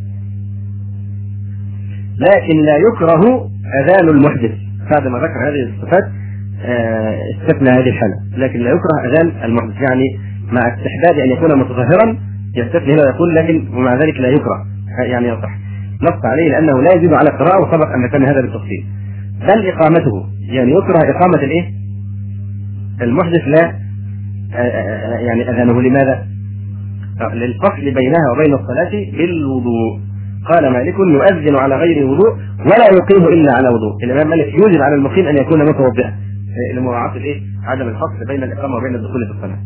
لكن لا يكره أذان المحدث، بعد ما ذكر هذه الصفات استثنى هذه الحالة، لكن لا يكره أذان المحدث، يعني مع استحباب أن يكون متطهرا يستثني هنا ويقول لكن ومع ذلك لا يكره، يعني يصح نص عليه لأنه لا يزيد على القراءة وسبق أن ذكرنا هذا بالتفصيل. بل إقامته يعني يكره إقامة الإيه؟ المحدث لا يعني أذانه لماذا؟ للفصل بينها وبين الصلاة بالوضوء. قال مالك يؤذن على غير وضوء ولا يقيم إلا على وضوء. الإمام مالك يوجب على المقيم أن يكون متوضئا لمراعاة الإيه؟ عدم الفصل بين الإقامة وبين الدخول في الصلاة.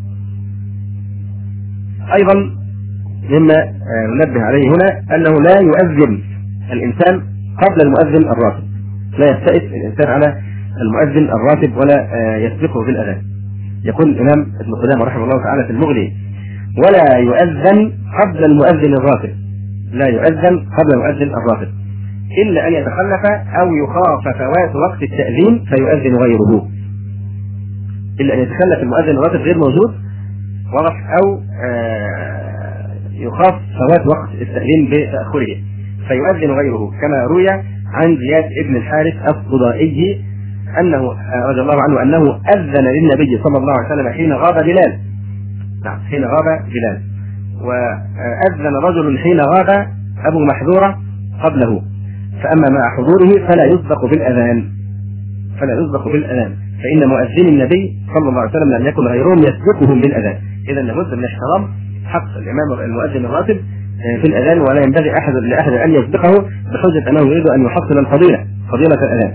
أيضا مما ننبه عليه هنا أنه لا يؤذن الإنسان قبل المؤذن الراتب، لا يستئس الإنسان على المؤذن الراتب ولا يسبقه بالأذان. يقول الإمام ابن قدامة رحمه الله تعالى في المغني ولا يؤذن قبل المؤذن الراتب، لا يؤذن قبل المؤذن الراتب إلا أن يتخلف أو يخاف فوات وقت التأذين فيؤذن غيره، إلا أن يتخلف المؤذن الراتب غير موجود وقف أو يخاف فوات وقت التأذين بتأخره فيؤذن غيره، كما روي عن زياد بن الحارث الصدائي أنه رضي الله عنه أنه أذن للنبي صلى الله عليه وسلم حين غاب بلال، نعم حين غاب بلال، وأذن رجل حين غاب أبو محذورة قبله، فأما مع حضوره فلا يسبق بالأذان، فلا يسبق بالأذان، فإن مؤذن النبي صلى الله عليه وسلم لم يكن غيرهم يسبقهم بالأذان. إذا لابد من احترام حق الإمام المؤذن الراتب في الأذان، ولا ينبغي أحد لأحد أن يسبقه بحجة أنه يريد أن يحصل الفضيلة، فضيلة الأذان.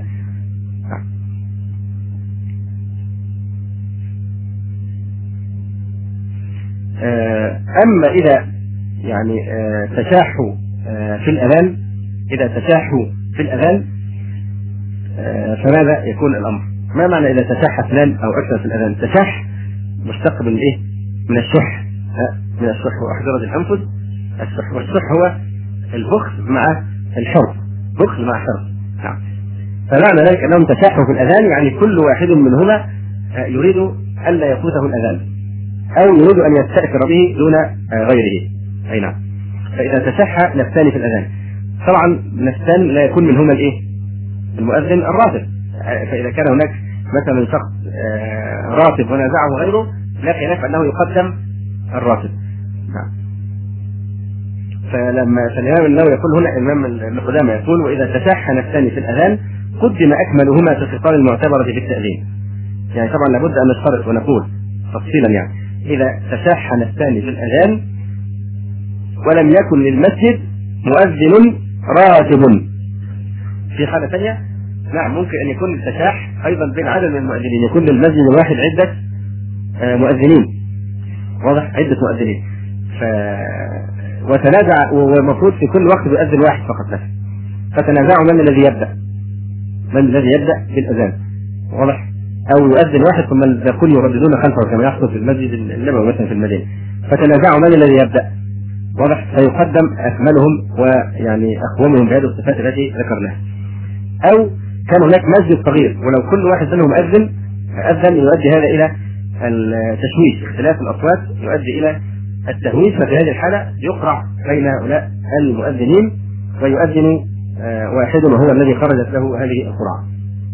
أما إذا يعني تشاحوا في الأذان، إذا تشاحوا في الأذان فماذا يكون الأمر؟ ما معنى إذا تشاح اثنان أو أكثر في الأذان؟ تشاح مشتق من إيه؟ من الشح، من الشح وأحجرة الأنفس. الشح والشح هو البخل مع الحرص، بخل مع حرص. نعم. فمعنى ذلك أنهم تشاحوا في الأذان، يعني كل واحد منهما يريد ألا يفوته الأذان أو يريد أن يستأثر به دون غيره. أي نعم. فإذا تشح نفسان في الأذان، طبعا نفسان لا يكون منهما الإيه؟ المؤذن الراتب. فإذا كان هناك مثلا شخص راتب ونازعه غيره لا خلاف أنه يقدم الراتب. نعم. فلما فالإمام النووي يقول هنا الإمام ابن قدامة يقول وإذا تشحن الثاني في الأذان قدم أكملهما في الخصال المعتبرة بالتأذين. يعني طبعا لابد أن نشترط ونقول تفصيلا يعني إذا تشحن الثاني في الأذان ولم يكن للمسجد مؤذن راتب. في حالة ثانية نعم ممكن أن يكون التشاح أيضا بين عدد من المؤذنين، يكون للمسجد الواحد عدة مؤذنين، واضح، عدة مؤذنين، ف وتنازع والمفروض في كل وقت بيؤذن واحد فقط بس، فتنازعوا من الذي يبدأ من الذي يبدأ بالأذان، واضح، أو يؤذن واحد ثم الكل يرددون خلفه كما يحصل في المسجد النبوي مثلا في المدينة، فتنازعوا من الذي يبدأ، واضح، فيقدم أكملهم ويعني أقومهم بهذه الصفات التي ذكرناها. أو كان هناك مسجد صغير ولو كل واحد منهم أذن أذن يؤدي هذا إلى التشويش، اختلاف الأصوات يؤدي إلى التهويش، ففي هذه الحالة يقرع بين هؤلاء المؤذنين ويؤذن واحد وهو الذي خرجت له هذه القرعة.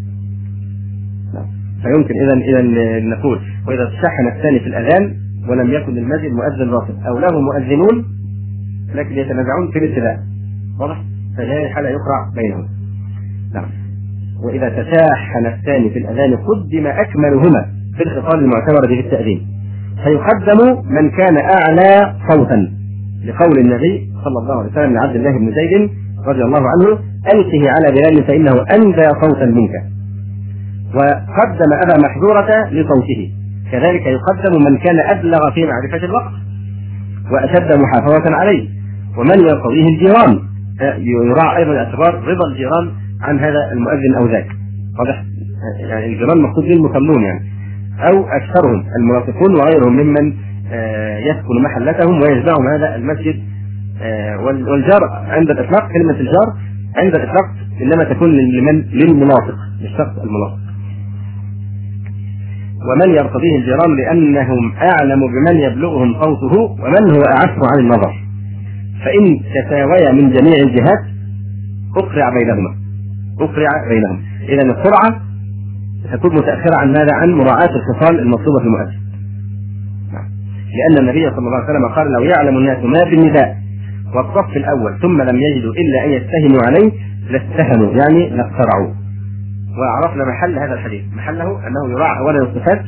فيمكن إذا إذا نقول وإذا تشحن الثاني في الأذان ولم يكن للمسجد مؤذن راتب أو له مؤذنون لكن يتنازعون في الابتداء، واضح، ففي هذه الحالة يقرع بينهم. نعم. وإذا تشاحن الثاني في الأذان قدم أكملهما في الخصال المعتبرة بالتأذين، فيقدم من كان أعلى صوتا لقول النبي صلى الله عليه وسلم لعبد الله بن زيد رضي الله عنه ألقه على بلال فإنه أندى صوتا منك، وقدم أبا محذورة لصوته، كذلك يقدم من كان أبلغ في معرفة الوقت وأشد محافظة عليه، ومن يرتضيه الجيران، يراعى أيضا اعتبار رضا الجيران عن هذا المؤذن أو ذاك، واضح، يعني الجيران مقصود به المصلون يعني، أو أكثرهم المنافقون وغيرهم ممن يسكن محلتهم ويجزعهم هذا المسجد. والجار عند الإطلاق كلمة الجار عند الإطلاق إنما تكون لمن للمنافق للشخص المنافق. ومن يرتضيه الجيران لأنهم أعلم بمن يبلغهم صوته ومن هو أعف عن النظر، فإن تساويا من جميع الجهات أقرع بينهما أقرع بينهم. إذا السرعة تكون متأخرة عن ماذا؟ عن مراعاة الخصال المطلوبة في المؤذن، لأن النبي صلى الله عليه وسلم قال لو يعلم الناس ما بالنداء والصف الأول ثم لم يجدوا إلا أن يستهنوا عليه لاستهنوا، يعني لاقترعوا. وعرفنا محل هذا الحديث، محله أنه يراعى أولا الصفات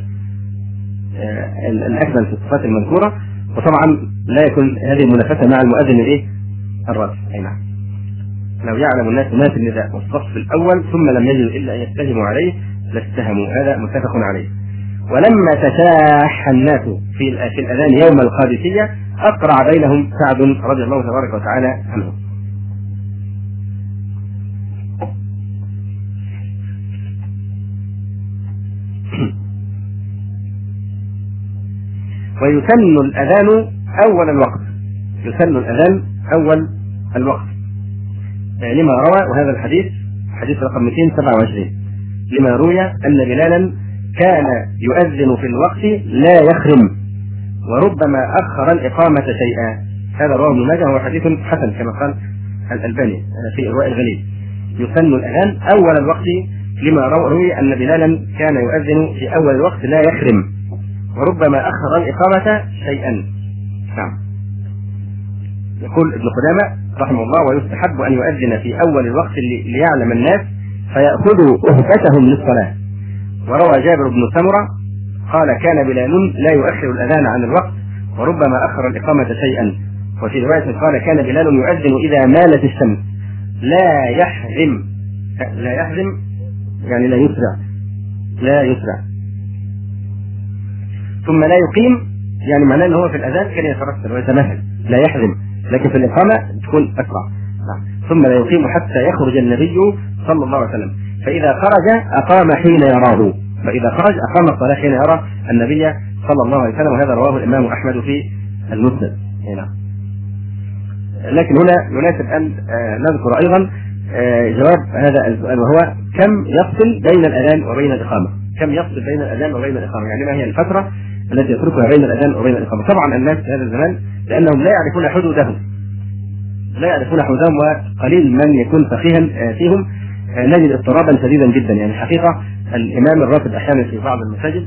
الأكمل في الصفات المذكورة، وطبعا لا يكون هذه المنافسة مع المؤذن الإيه؟ الراتب. أي نعم. لو يعلم الناس ما في النداء والصف الأول ثم لم يجدوا إلا أن يستهنوا عليه لاستهموا، هذا متفق عليه. ولما تشاح الناس في في الأذان يوم القادسية أقرع بينهم سعد رضي الله تبارك وتعالى عنه. ويسن الأذان أول الوقت، يسن الأذان أول الوقت لما روى، وهذا الحديث حديث رقم مئتين وسبعة وعشرين، لما روي أن بلالا كان يؤذن في الوقت لا يخرم وربما أخر الإقامة شيئا. هذا رواه ابن ماجه وهو حديث حسن كما قال الألباني في إرواء الغليل. يسن الأذان أول الوقت لما روي أن بلالا كان يؤذن في أول الوقت لا يخرم وربما أخر الإقامة شيئا. نعم. يقول ابن قدامة رحمه الله ويستحب أن يؤذن في أول الوقت ليعلم الناس فيأخذوا أهبتهم للصلاة. وروى جابر بن سمرة قال كان بلال لا يؤخر الأذان عن الوقت وربما أخر الإقامة شيئا. وفي رواية قال كان بلال يؤذن إذا مالت الشمس لا يحزم، لا يحزم يعني لا يسرع، لا يسرع، ثم لا يقيم يعني معناه أنه في الأذان كان يترسل ويتمهل، لا يحزم، لكن في الإقامة تكون أسرع. ثم لا يقيم حتى يخرج النبي صلى الله عليه وسلم، فإذا خرج أقام حين يراه، فإذا خرج أقام الصلاة حين يرى النبي صلى الله عليه وسلم. وهذا رواه الإمام أحمد في المسند. هنا لكن هنا يناسب أن نذكر أيضا جواب هذا السؤال، وهو كم يفصل بين الأذان وبين الإقامة، كم يفصل بين الأذان وبين الإقامة، يعني ما هي الفترة التي يتركها بين الأذان وبين الإقامة. طبعا الناس في هذا الزمان لأنهم لا يعرفون حدودهم، لا يعرفون حدودهم، وقليل من يكون فقيها فيهم، نجد اضطرابا شديدا جدا. يعني حقيقة الإمام الراتب أحيانا في بعض المساجد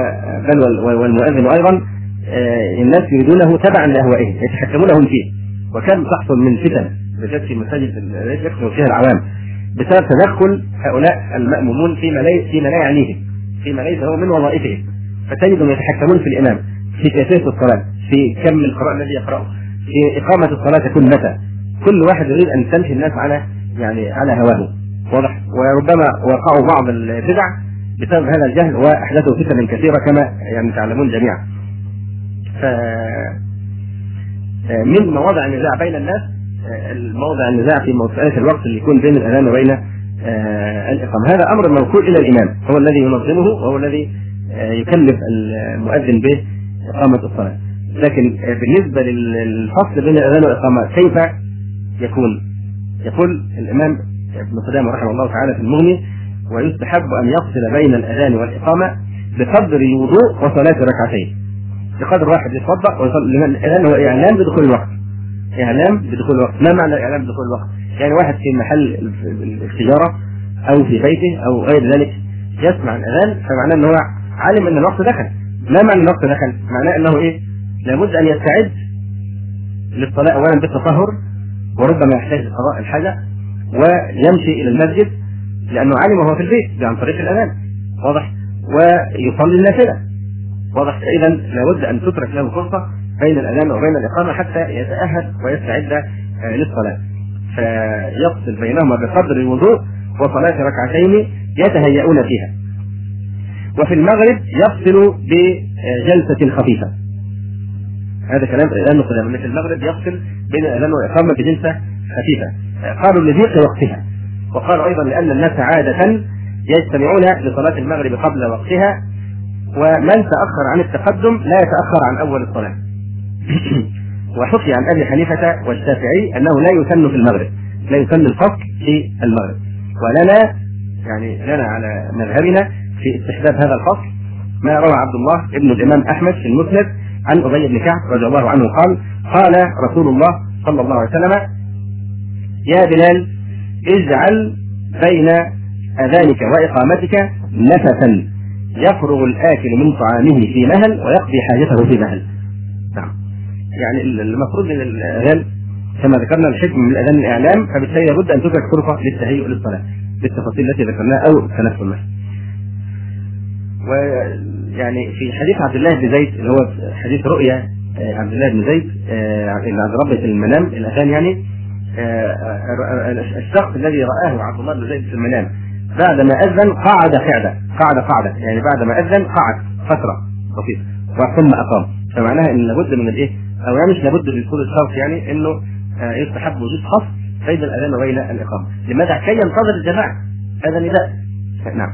بل والمؤذن أيضا الناس يريدونه تبعا لأهوائهم، يتحكمونهم فيه، وكم تحصل من فتن بالذات في مساجد التي يكثر فيها العوام بسبب تدخل هؤلاء المأمومون فيما لا فيما لا يعنيهم، فيما ليس هو من وظائفهم، فتجدهم يتحكمون في الإمام، في كيفية الصلاة، في كم القراءة الذي يقرأه، في إقامة الصلاة تكون متى. كل واحد يريد أن تمشي الناس على يعني على هواه، واضح. وربما وقعوا بعض البدع بسبب هذا الجهل وأحدثوا فتن كثيرة كما يعني تعلمون جميعا. ف من مواضع النزاع بين الناس الموضع النزاع في مسألة الوقت اللي يكون بين الأذان وبين الإقامة. هذا أمر موكول إلى الإمام، هو الذي ينظمه وهو الذي يكلف المؤذن بإقامة الصلاة. لكن بالنسبة للفصل بين الأذان والإقامة كيف يكون؟ يقول الإمام ابن قدامة رحمه الله تعالى في المغني: ويستحب أن يفصل بين الأذان والإقامة بقدر الوضوء وصلاة ركعتين. بقدر واحد يتوضأ ويصلي. الأذان هو إعلام بدخول الوقت، إعلام بدخول الوقت. ما معنى إعلام بدخول الوقت؟ يعني واحد في محل التجارة أو في بيته أو غير ذلك يسمع الأذان، فمعناه أنه علم أن الوقت دخل. ما معنى الوقت دخل؟ معناه أنه إيه؟ لابد أن يستعد للصلاة أولا بالتطهر، وربما يحتاج لقضاء الحاجة، ويمشي إلى المسجد لأنه علم وهو في البيت عن طريق الأذان، واضح، ويصلي النافلة، واضح. إذا لابد أن تترك له فرصة بين الأذان وبين الإقامة حتى يتأهل ويستعد للصلاة، فيفصل بينهما بقدر الوضوء وصلاة ركعتين يتهيئون فيها. وفي المغرب يفصل بجلسة خفيفة. هذا كلام الآن قدام أن في المغرب يفصل بين الأذان والإقامة بجلسة خفيفة. قالوا لضيق وقتها، وقالوا أيضا لأن الناس عادة يجتمعون لصلاة المغرب قبل وقتها، ومن تأخر عن التقدم لا يتأخر عن أول الصلاة. وحكي عن أبي حنيفة والشافعي أنه لا يسن في المغرب، لا يسن الفصل في المغرب. ولنا يعني لنا على مذهبنا في استحباب هذا الفصل ما روى عبد الله ابن الإمام أحمد في المسند عن أبي بن كعب رضي الله عنه قال: قال رسول الله صلى الله عليه وسلم: يا بلال اجعل بين أذانك وإقامتك نفسا يفرغ الآكل من طعامه في مهل ويقضي حاجته في مهل. نعم. يعني المفروض من الأذان كما ذكرنا الحكم من الأذان الإعلام، فبالتالي لابد أن تترك فرصة للتهيؤ للصلاة بالتفاصيل التي ذكرناها أو تنفس المهل. ويعني في حديث عبد الله بن زيد اللي هو حديث رؤيا عبد الله بن زيد عند ربة المنام الأذان، يعني الشخص الذي رآه عبد الله بن زيد في المنام بعد ما أذن قعد قعدة قعد قعدة يعني بعد ما أذن قعد فترة بسيطة ثم أقام. فمعناها إن لابد من الإيه، أو يعني مش لابد من كل الشرط، يعني إنه يستحب وجود فصل بين الأذان وبين الإقامة. لماذا؟ كي ينتظر الجماعة، هذا نداء. نعم.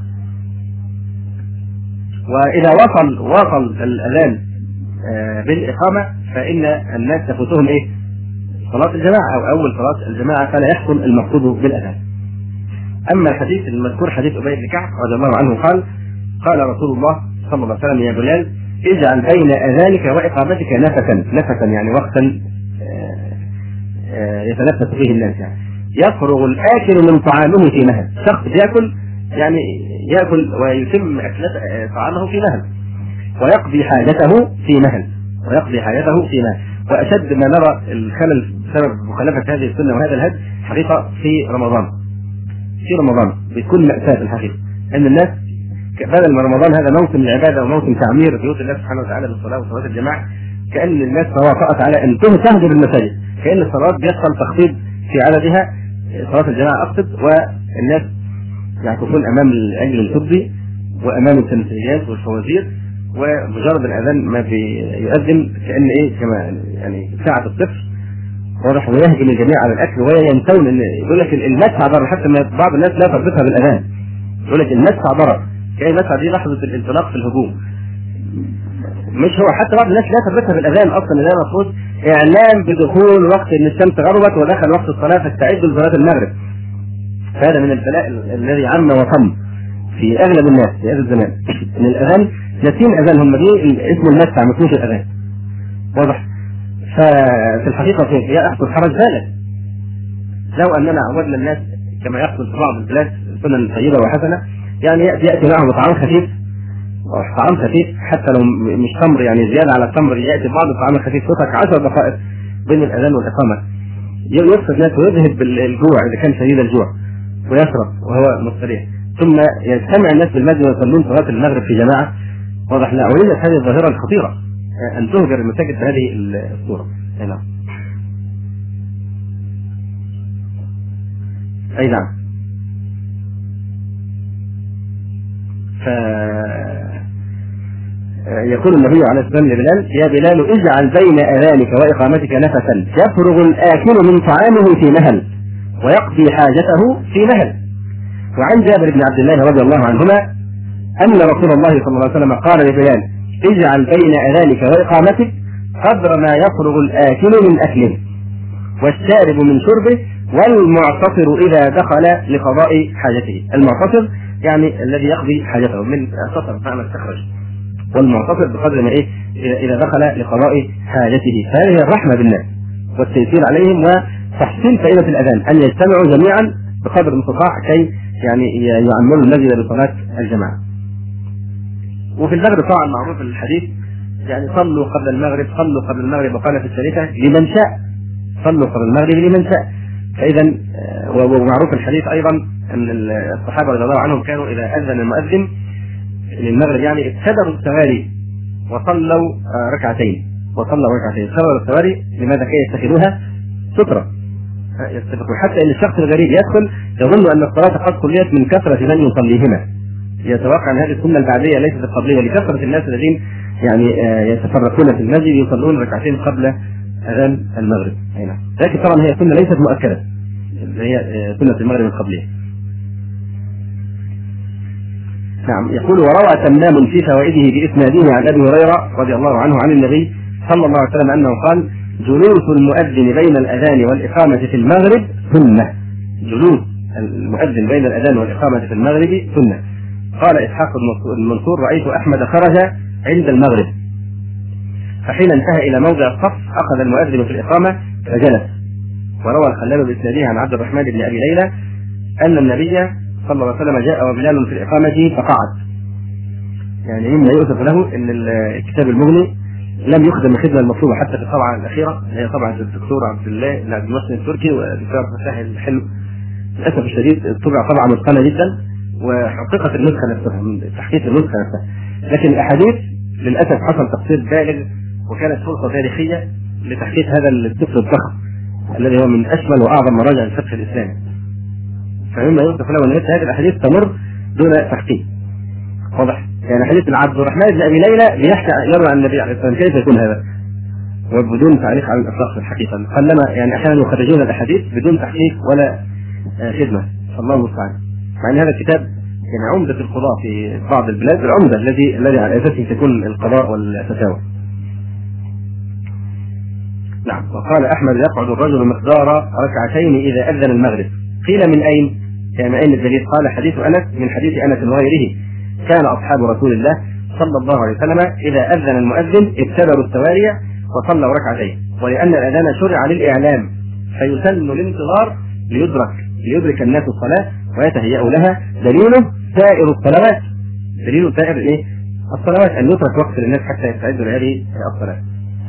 وإذا وصل وصل الأذان بالإقامة فإن الناس تفوتهم إيه؟ صلاة الجماعة أو أول صلاة الجماعة، فلا يحصل المقصود بالأذان. أما الحديث المذكور حديث أبي بن كعب رضي الله عنه قال: قال رسول الله صلى الله عليه وسلم: يا بلال اجعل بين أذانك وإقامتك نفسا، نفسا يعني وقتا يتنفس فيه الناس، يعني يفرغ الآكل من طعامه في مهل. شخص يأكل يعني يأكل ويتم طعامه في مهل، ويقضي حاجته في مهل ويقضي حاجته في مهل. وأشد ما نرى الخلل بسبب مخالفة هذه السنة وهذا الهدي حقيقة في رمضان. في رمضان بتكون مأساة الحقيقة أن الناس بدل ما رمضان هذا موسم العبادة وموسم تعمير بيوت الله سبحانه وتعالى بالصلاة وصلاة الجماعة، كأن الناس توافقت على أن تهدر المساجد، كأن الصلاة بيحصل تخفيض في عددها، صلاة الجماعة أقصد، والناس يعكفون أمام العجل الفضي وأمام التمثيليات والفوازير، ومجرد الأذان ما بيؤذن كأن إيه كما يعني ساعة الصفر، واضح، ويهجم الجميع على الأكل وينسون إن يقول لك المدفع ضرر، حتى بعض الناس لا تربطها بالأذان، يقول لك المدفع ضرر، كأن المدفع دي لحظة الانطلاق في الهجوم. مش هو، حتى بعض الناس لا تربطها بالأذان أصلا، ده المفروض إعلام بدخول وقت إن الشمس غربت ودخل وقت الصلاة فاستعدوا لصلاة المغرب. هذا من البلاء الذي عم وطم في أغلب الناس في هذا الزمان، إن الأذان ناسين أذانهم، دي اسمه المدفع ما اسموش الأذان، واضح. ففي الحقيقة يحصل حرج بالغ لو أننا عودنا الناس كما يحصل في بعض البلاد سنن طيبة وحسنة، يعني يأتي, يأتي معهم طعام خفيف، طعام خفيف حتى لو مش تمر، يعني زيادة على التمر، يأتي بعض الطعام الخفيف فترك عشر دقائق بين الاذان والاقامه يفسد الناس ويذهب الجوع اذا كان شديد الجوع ويشرب وهو مستريح، ثم يجتمع الناس في المسجد ويصلون صلاه المغرب في جماعه. واضح؟ لا، ولذا هذه الظاهره الخطيره ان تهجر المساجد بهذه الصوره. نعم. اي نعم. ف يقول النبي عليه الصلاه والسلام لبلال: يا بلال اجعل بين اذانك واقامتك نفسا يفرغ الاكل من طعامه في مهل ويقضي حاجته في مهل. وعن جابر بن عبد الله رضي الله عنهما ان رسول الله صلى الله عليه وسلم قال لبلال: اجعل بين اذانك واقامتك قدر ما يفرغ الاكل من اكله والشارب من شربه والمعتصر اذا دخل لقضاء حاجته. المعتصر يعني الذي يقضي حاجته، من اعتصر فعلا استخرج، والمعتصر بقدر ما ايه اذا دخل لقضاء حاجته. فهذه الرحمه بالناس والتيسير عليهم وتحسين فائده الاذان، ان يجتمعوا جميعا بقدر المستطاع كي يعني يعملوا المسجد بصلاه الجماعه. وفي المغرب طبعا معروف الحديث يعني صلوا قبل المغرب، صلوا قبل المغرب، وقال في الثالثه لمن شاء، صلوا قبل المغرب لمن شاء. فاذا ومعروف الحديث ايضا ان الصحابه رضي الله عنهم كانوا اذا اذن المؤذن للمغرب يعني ابتدروا السواري وصلوا ركعتين وصلوا ركعتين صلوا السواري. لماذا؟ كي يتخذوها سترة يستبقوا، حتى ان الشخص الغريب يدخل يظن ان الصلاه قد صليت من كثره من يصليهما، يتوقع ان هذه السنه البعديه ليست القبليه لكثره الناس الذين يعني يتفرقون في المسجد يصلون ركعتين قبل اذان المغرب. هنا لكن طبعا هي سنه ليست مؤكده، هي سنه المغرب القبليه. نعم. يقول: وروى تمام في فوائده بإسناده عن أبي هريرة رضي الله عنه عن النبي صلى الله عليه وسلم أنه قال: جلوس المؤذن بين الأذان والإقامة في المغرب سنة. جلوس المؤذن بين الأذان والإقامة في المغرب سنة. قال إسحاق المنصور: رأيت أحمد خرج عند المغرب فحين انتهى إلى موضع الصف أخذ المؤذن في الإقامة فجلس. وروى الخلال بإسناده عن عبد الرحمن بن أبي ليلى أن النبي صلى الله عليه وسلم جاء وبلال في الإقامة فقعد. يعني مما يؤسف له أن الكتاب المغني لم يخدم الخدمة المطلوبة حتى في الطبعة الأخيرة اللي هي طبعة الدكتور عبد الله بن عبد المحسن التركي والدكتور فتاح الحلو. للأسف الشديد طبع طبعة متقنة جدا وحققت النسخة نفسها من تحقيق النسخة نفسها، لكن الأحاديث للأسف حصل تقصير بالغ، وكانت فرصة تاريخية لتحقيق هذا الطفل الضخم الذي هو من أشمل وأعظم مراجع الفقه الإسلامي. فمما يوصف له ان هذه الاحاديث تمر دون تحقيق. واضح؟ يعني حديث عبد الرحمن بن ابي ليلى بيحكي يروي عن النبي عليه الصلاه والسلام، كيف يكون هذا؟ وبدون تعليق على الاطلاق في الحقيقه، قلما يعني احيانا يخرجون الاحاديث بدون تحقيق ولا خدمه، فالله المستعان. مع ان هذا الكتاب يعني عمده القضاء في بعض البلاد، العمده الذي الذي على اساسه تكون القضاء والفتاوى. نعم. وقال احمد: يقعد الرجل مقدار ركعتين اذا اذن المغرب. قيل: من اين؟ يعني اين الدليل؟ قال: حديث انس، من حديث انس وغيره كان اصحاب رسول الله صلى الله عليه وسلم اذا اذن المؤذن ابتدروا السواري وصلوا ركعتين، ولان الاذان شرع للاعلام فيسن الانتظار ليدرك ليدرك الناس الصلاه ويتهيأوا لها. دليله سائر الصلوات، دليل سائر ايه؟ الصلوات ان يترك وقت للناس حتى يستعدوا لهذه الصلاه.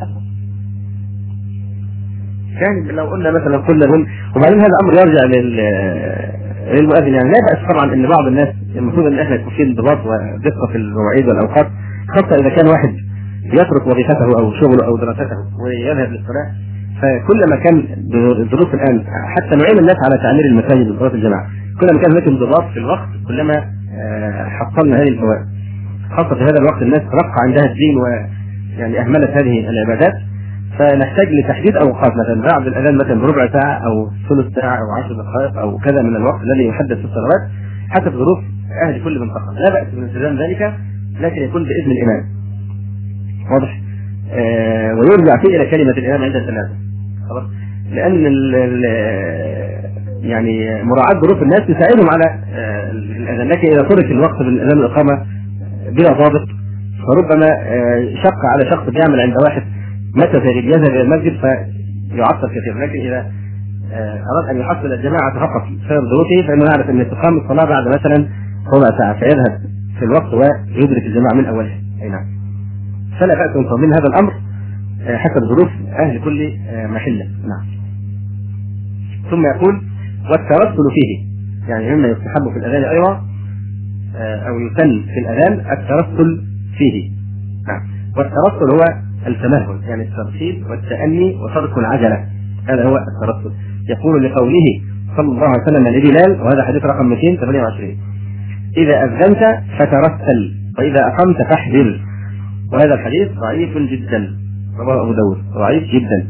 يعني لو قلنا مثلا قلنا هم، وبعدين هذا امر يرجع لل للمؤذن. يعني لا بأس طبعا ان بعض الناس المفروض ان احنا يكون في انضباط ودقه في المواعيد والاوقات، خاصه اذا كان واحد يترك وظيفته او شغله او دراسته ويذهب للصلاه. فكلما كان الظروف الان حتى نعين الناس على تعمير المساجد وصلاه الجماعه، كلما كان هناك انضباط في الوقت كلما حصلنا هذه الفوائد. خاصه في هذا الوقت الناس رق عندها الدين ويعني اهملت هذه العبادات، فنحتاج لتحديد اوقات مثلا بعد الاذان مثلا بربع ساعه او ثلث ساعه او عشر دقائق او كذا من الوقت الذي يحدد في الصلوات حسب ظروف اهل كل منطقه. لا باس من التزام ذلك، لكن يكون باذن الامام. واضح؟ آه ويرجع فيه الى كلمه الامام عند الثلاثه. خلاص؟ لان ال ال يعني مراعاه ظروف الناس تساعدهم على آه الاذان، لكن اذا ترك الوقت من الاذان الاقامه بلا ضابط فربما آه شق على شخص بيعمل عند واحد متى يذهب الى المسجد فيعطل كثير. لكن اذا اراد ان يحصل الجماعه فقط بسبب ظروفه فانه يعرف ان تقام الصلاه بعد مثلا ربع ساعه فيذهب في الوقت ويدرك الجماعه من اولها. اي نعم. فلا باس من تنظيم هذا الامر حسب ظروف أهل كل محلة. نعم. ثم يقول والترسل فيه، يعني مما يستحب في الأذان أيضا أو يسن في الأذان الترسل فيه. نعم. والترسل هو التمهل، يعني الترتيب والتأني وترك العجلة، هذا هو الترسل. يقول لقوله صلى الله عليه وسلم لبلال، وهذا حديث رقم مئتين وثمانية وعشرين: إذا أذنت فترسل وإذا أقمت فاحذر. وهذا الحديث ضعيف جدا، رواه أبو داود، ضعيف جدا.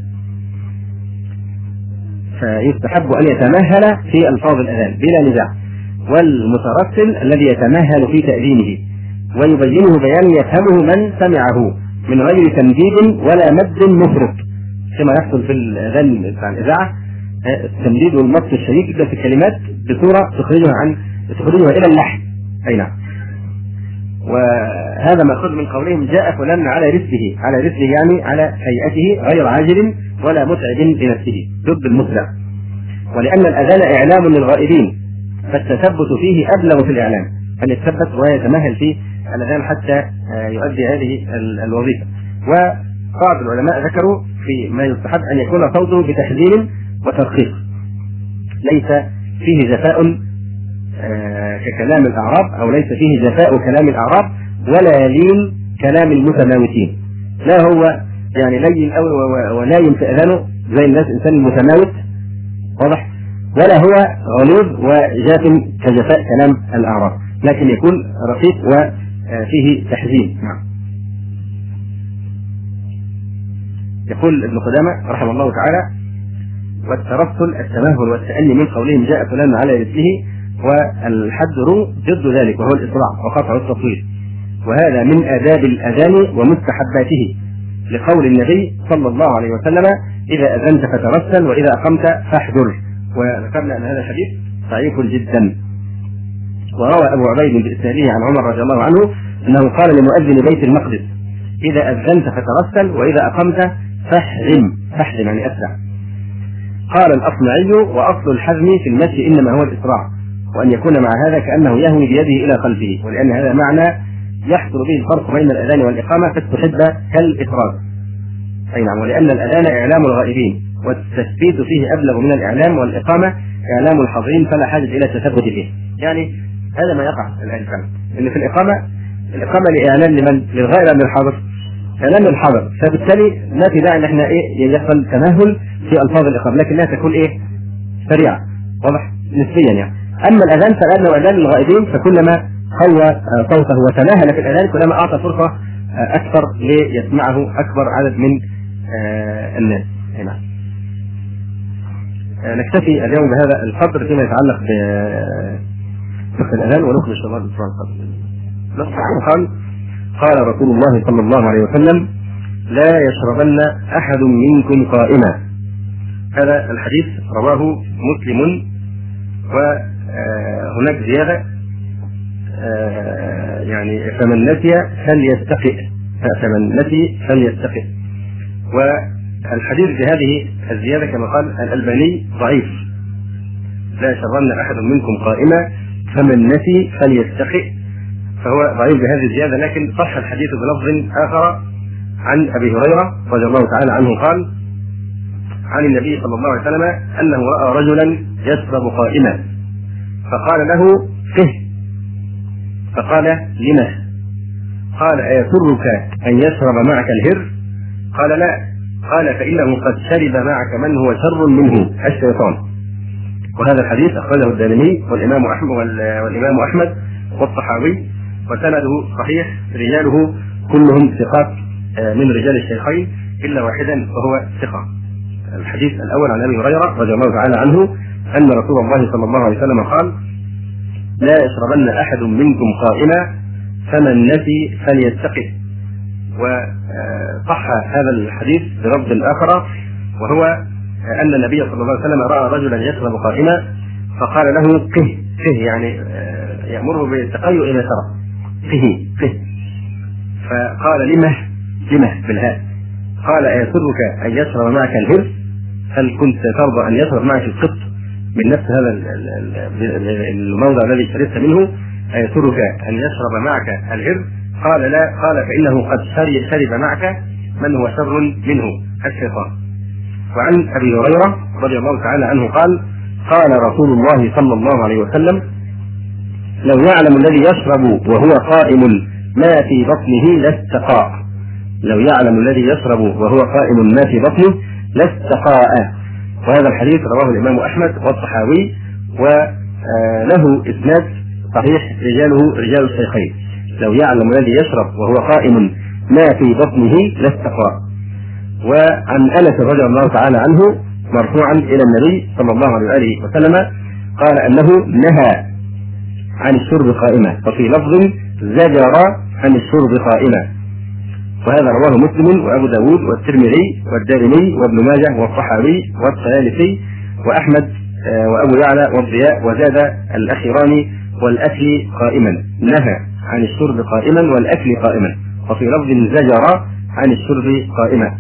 فيستحب أن يتمهل في ألفاظ الأذان بلا نزاع، والمترسل الذي يتمهل في تأذينه ويبينه بيان يفهمه من سمعه من غير تمديد ولا مد مفرط، كما يحصل في الأذان بتاع الإذاعة، التمديد والمط الشديد جدا في الكلمات بصورة تخرجها عن تخرجها إلى اللحن. أي نعم. وهذا مأخوذ من قولهم جاء فلان على رسله، على رسله يعني على هيئته غير عاجل ولا متعب لنفسه، ضد المسرع. ولأن الأذان إعلام للغائبين، فالتثبت فيه أبلغ في الإعلام، أن يتثبت ويتمهل في الأذان حتى يؤدي هذه الوظيفة. وبعض العلماء ذكروا في ما يستحب أن يكون صوته بتحذير وترقيق، ليس فيه جفاء ككلام الأعراب، أو ليس فيه جفاء كلام الأعراب ولا لين كلام المتماوتين. لا هو يعني لين أو ونايم في أذانه زي الناس إنسان المتماوت، واضح، ولا هو غليظ وجاف كجفاء كلام الأعراب، لكن يكون رقيق وفيه تحزين. نعم. يقول ابن قدامة رحمه الله تعالى: والترسل التمهل والتأني من قولهم جاء فلان على رسله، والحذر ضد ذلك وهو الإسراع وقطع التصوير، وهذا من آداب الأذان ومستحباته، لقول النبي صلى الله عليه وسلم: إذا أذنت فترسل وإذا أقمت فاحذر. وذكرنا أن هذا الحديث ضعيف جدا. وروى أبو عبيد بإسناده عن عمر رضي الله عنه أنه قال لمؤذن بيت المقدس: إذا أذنت فترسل وإذا أقمت فاحرم. فاحرم يعني أسرع. قال الأصمعي: وأصل الحزم في المشي إنما هو الإسراع، وأن يكون مع هذا كأنه يهوي بيده إلى قلبه، ولأن هذا معنى يحصل به الفرق بين الأذان والإقامة، فاستحب كالإفراد. أي نعم. ولأن الأذان إعلام الغائبين، والتثبيت فيه أبلغ من الإعلام، والإقامة إعلام الحاضرين، فلا حاجة إلى التثبت فيه. يعني هذا ما يقع الآن فعلا، إن في الإقامة الإقامة لإعلان لمن؟ للغائب أم للحاضر؟ إعلان للحاضر، فبالتالي ما في داعي إن إحنا إيه يحصل تمهل في ألفاظ الإقامة، لكنها تكون إيه؟ سريعة، واضح نسبيا يعني. أما الأذان فلأنه أذان للغائبين، فكلما قوى صوته وتماهل في الأذان كلما أعطى فرصة أكثر ليسمعه أكبر عدد من الناس. هنا نكتفي اليوم بهذا القدر فيما يتعلق بفقه الأذان، ونكمل إن شاء الله الأسبوع القادم. قال قال رسول الله صلى الله عليه وسلم: لا يشربن أحد منكم قائما. هذا الحديث رواه مسلم. وهناك زيادة يعني فمن نسي فليستقئ، فمن نسي فليستقئ. والحديث بهذه الزيادة كما قال الألباني ضعيف: لا يشربن أحد منكم قائما فمن نسي فليستقئ، فهو ضعيف بهذه الزيادة. لكن صح الحديث بلفظ آخر عن أبي هريرة رضي الله تعالى عنه قال عن النبي صلى الله عليه وسلم أنه رأى رجلا يشرب قائما، فقال له: فه. فقال: لما؟ قال: أيسرك أن يشرب معك الهر؟ قال: لا. قال: فإنه قد شرب معك من هو شر منه، الشيطان. وهذا الحديث أخرجه الدارمي والإمام أحمد والإمام أحمد والطحاوي، وسنده صحيح، رجاله كلهم ثقات من رجال الشيخين إلا واحدا وهو ثقة. الحديث الأول عن أبي هريرة رضي الله تعالى عنه أن رسول الله صلى الله عليه وسلم قال: لا يشربن أحد منكم قائما فمن نسي فليستقئ. وصح هذا الحديث برد آخر، وهو أن النبي صلى الله عليه وسلم رأى رجلا يشرب قائما فقال له: قه. قه يعني يأمره بالتقيؤ إلى شرب. قه قه. فقال: لمه؟ لمه بالهاء. قال: أيسرك أن يشرب معك الهر؟ هل كنت ترضى أن يشرب معك القط من نفس هذا الموضع الذي شربت منه؟ أيسرك أن يشرب معك الهر؟ قال: لا. قال: فإنه قد شرب معك من هو شر منه الشيطان. وعن أبي هريرة رضي الله تعالى عنه قال قال رسول الله صلى الله عليه وسلم لو يعلم الذي يشرب وهو قائم ما في بطنه لاستقاء. لو يعلم الذي يشرب وهو قائم ما في بطنه لاستقاء. وهذا الحديث رواه الإمام أحمد والطحاوي وله إسناد صحيح رجاله رجال الشيخين. لو يعلم الذي يشرب وهو قائم ما في بطنه لاستقاء. وعن أنس رضي الله تعالى عنه مرفوعا إلى النبي صلى الله عليه وسلم قال أنه نهى عن الشرب قائمة، وفي لفظ زجر عن الشرب قائمة. وهذا رواه مسلم وأبو داود والترمذي والدارمي وابن ماجه والطحاوي والطيالسي وأحمد وأبو يعلى والضياء، وزاد الأخيران والأكل قائما. نهى عن الشرب قائما والأكل قائما، وفي لفظ زجر عن الشرب قائما.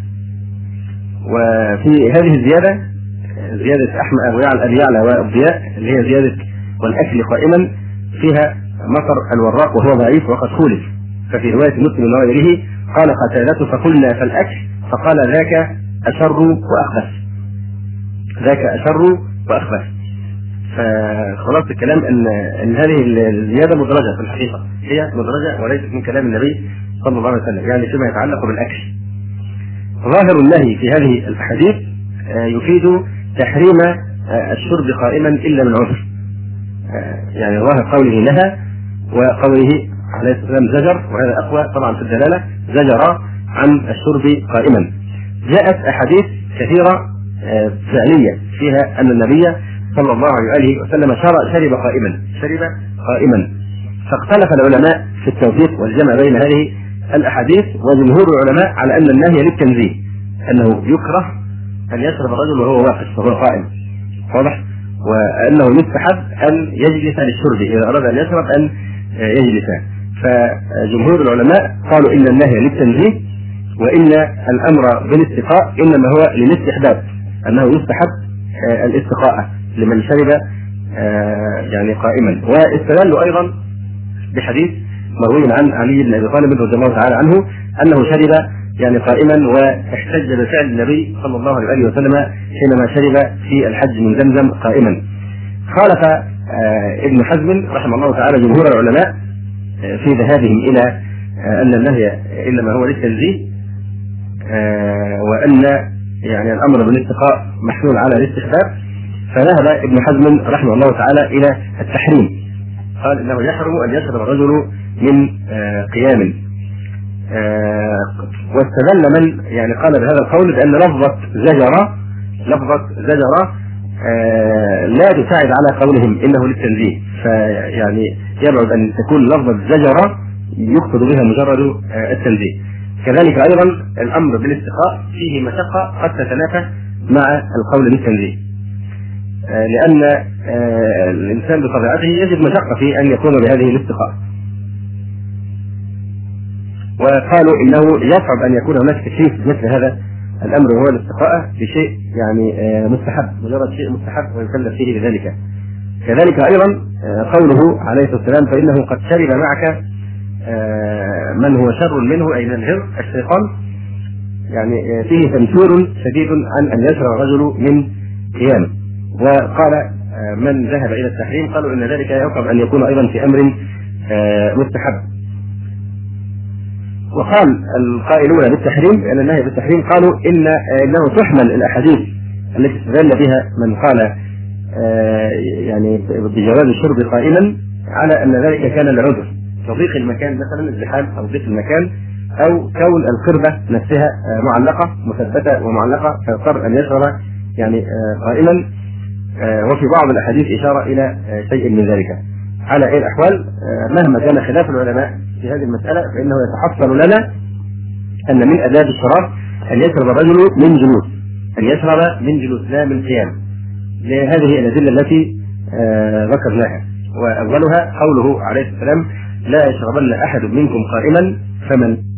وفي هذه الزيادة زيادة أحمد أبو يعلى أبي يعلى والضياء اللي هي زيادة والأكل قائما فيها مطر الوراق وهو ضعيف وقد خولف. ففي رواية مسلم وغيره قال قتادة فقلنا فالأكل فقال ذاك أشر وأخبث. ذاك أشر وأخبث. فخلاص الكلام أن أن هذه الزيادة مدرجة في الحقيقة، هي مدرجة وليست من كلام النبي صلى الله عليه وسلم، يعني فيما يتعلق بالأكل. ظاهر النهي في هذه الأحاديث يفيد تحريم الشرب قائما إلا من عذر. يعني ظاهر قوله نهى وقوله عليه السلام زجر، وهذا أقوى طبعا في الدلالة، زجر عن الشرب قائما. جاءت أحاديث كثيرة فعلية فيها أن النبي صلى الله عليه وسلم شرب قائما شرب قائما فاختلف العلماء في التوفيق والجمع بين هذه الأحاديث، وجمهور العلماء على أن النهي للتنزيه، أنه يكره أن يشرب الرجل وهو واقف وهو قائم، واضح؟ وأنه يستحب أن يجلس للشرب إذا أراد أن يشرب أن يجلس. فجمهور العلماء قالوا إن النهي للتنزيه، وإن الأمر بالاستقاء إنما هو للاستحباب، أنه يستحب الاستقاء لمن شرب يعني قائما. واستدلوا أيضا بحديث مروي عن علي بن أبي طالب رضي الله تعالى عنه أنه شرب يعني قائما، واحتج بفعل النبي صلى الله عليه وسلم حينما شرب في الحج من زمزم قائما. خالف ابن حزم رحمه الله تعالى جمهور العلماء في ذهابهم إلى أن النهي إنما هو للتنزيه، وأن يعني الأمر بالاستقاء محمول على الاستحباب، فذهب ابن حزم رحمه الله تعالى إلى التحريم، قال إنه يحرم أن يشرب الرجل من قيام. واستدل من يعني قال بهذا القول بأن لفظة زجر لفظة زجر لا تساعد على قولهم إنه للتنزيه، فيعني يبعد أن تكون لفظة زجر يقصد بها مجرد التنزيه. كذلك أيضا الأمر بالاستقاء فيه مشقة قد تتنافى مع القول بالتنزيه، لأن الإنسان بطبيعته يجد مشقة في أن يكون بهذه الاستقاء. وقالوا إنه يصعب أن يكون هناك تكليف مثل هذا الأمر وهو الاستقاء بشيء يعني مستحب، مجرد شيء مستحب ويكلف فيه بذلك. كذلك أيضا قوله عليه الصلاة والسلام فإنه قد شرب معك من هو شر منه أي من الهر الشيطان، يعني فيه تنفير شديد عن أن يشرب الرجل من قيام. وقال من ذهب إلى التحريم قالوا إن ذلك يقرب أن يكون أيضا في أمر مستحب. وقال القائلون بالتحريم لأن النهي بالتحريم قالوا إن إنه تحمل الأحاديث التي استدل بها من قال يعني بجواز الشرب قائما على أن ذلك كان لعذر كضيق المكان مثلا، الزحام أو ضيق المكان، أو كون القربة نفسها معلقة مثبتة ومعلقة فيضطر أن يشرب يعني قائما. وفي بعض الأحاديث إشارة إلى شيء من ذلك. على أي الأحوال مهما كان خلاف العلماء في هذه المسألة فإنه يتحصل لنا أن من آداب الشراب أن يشرب الرجل من جلوس، أن يشرب من جلوس لا من قيام، لهذه الأدلة التي ذكرناها. وأولها قوله عليه السلام لا يشربن أحد منكم قائما فمن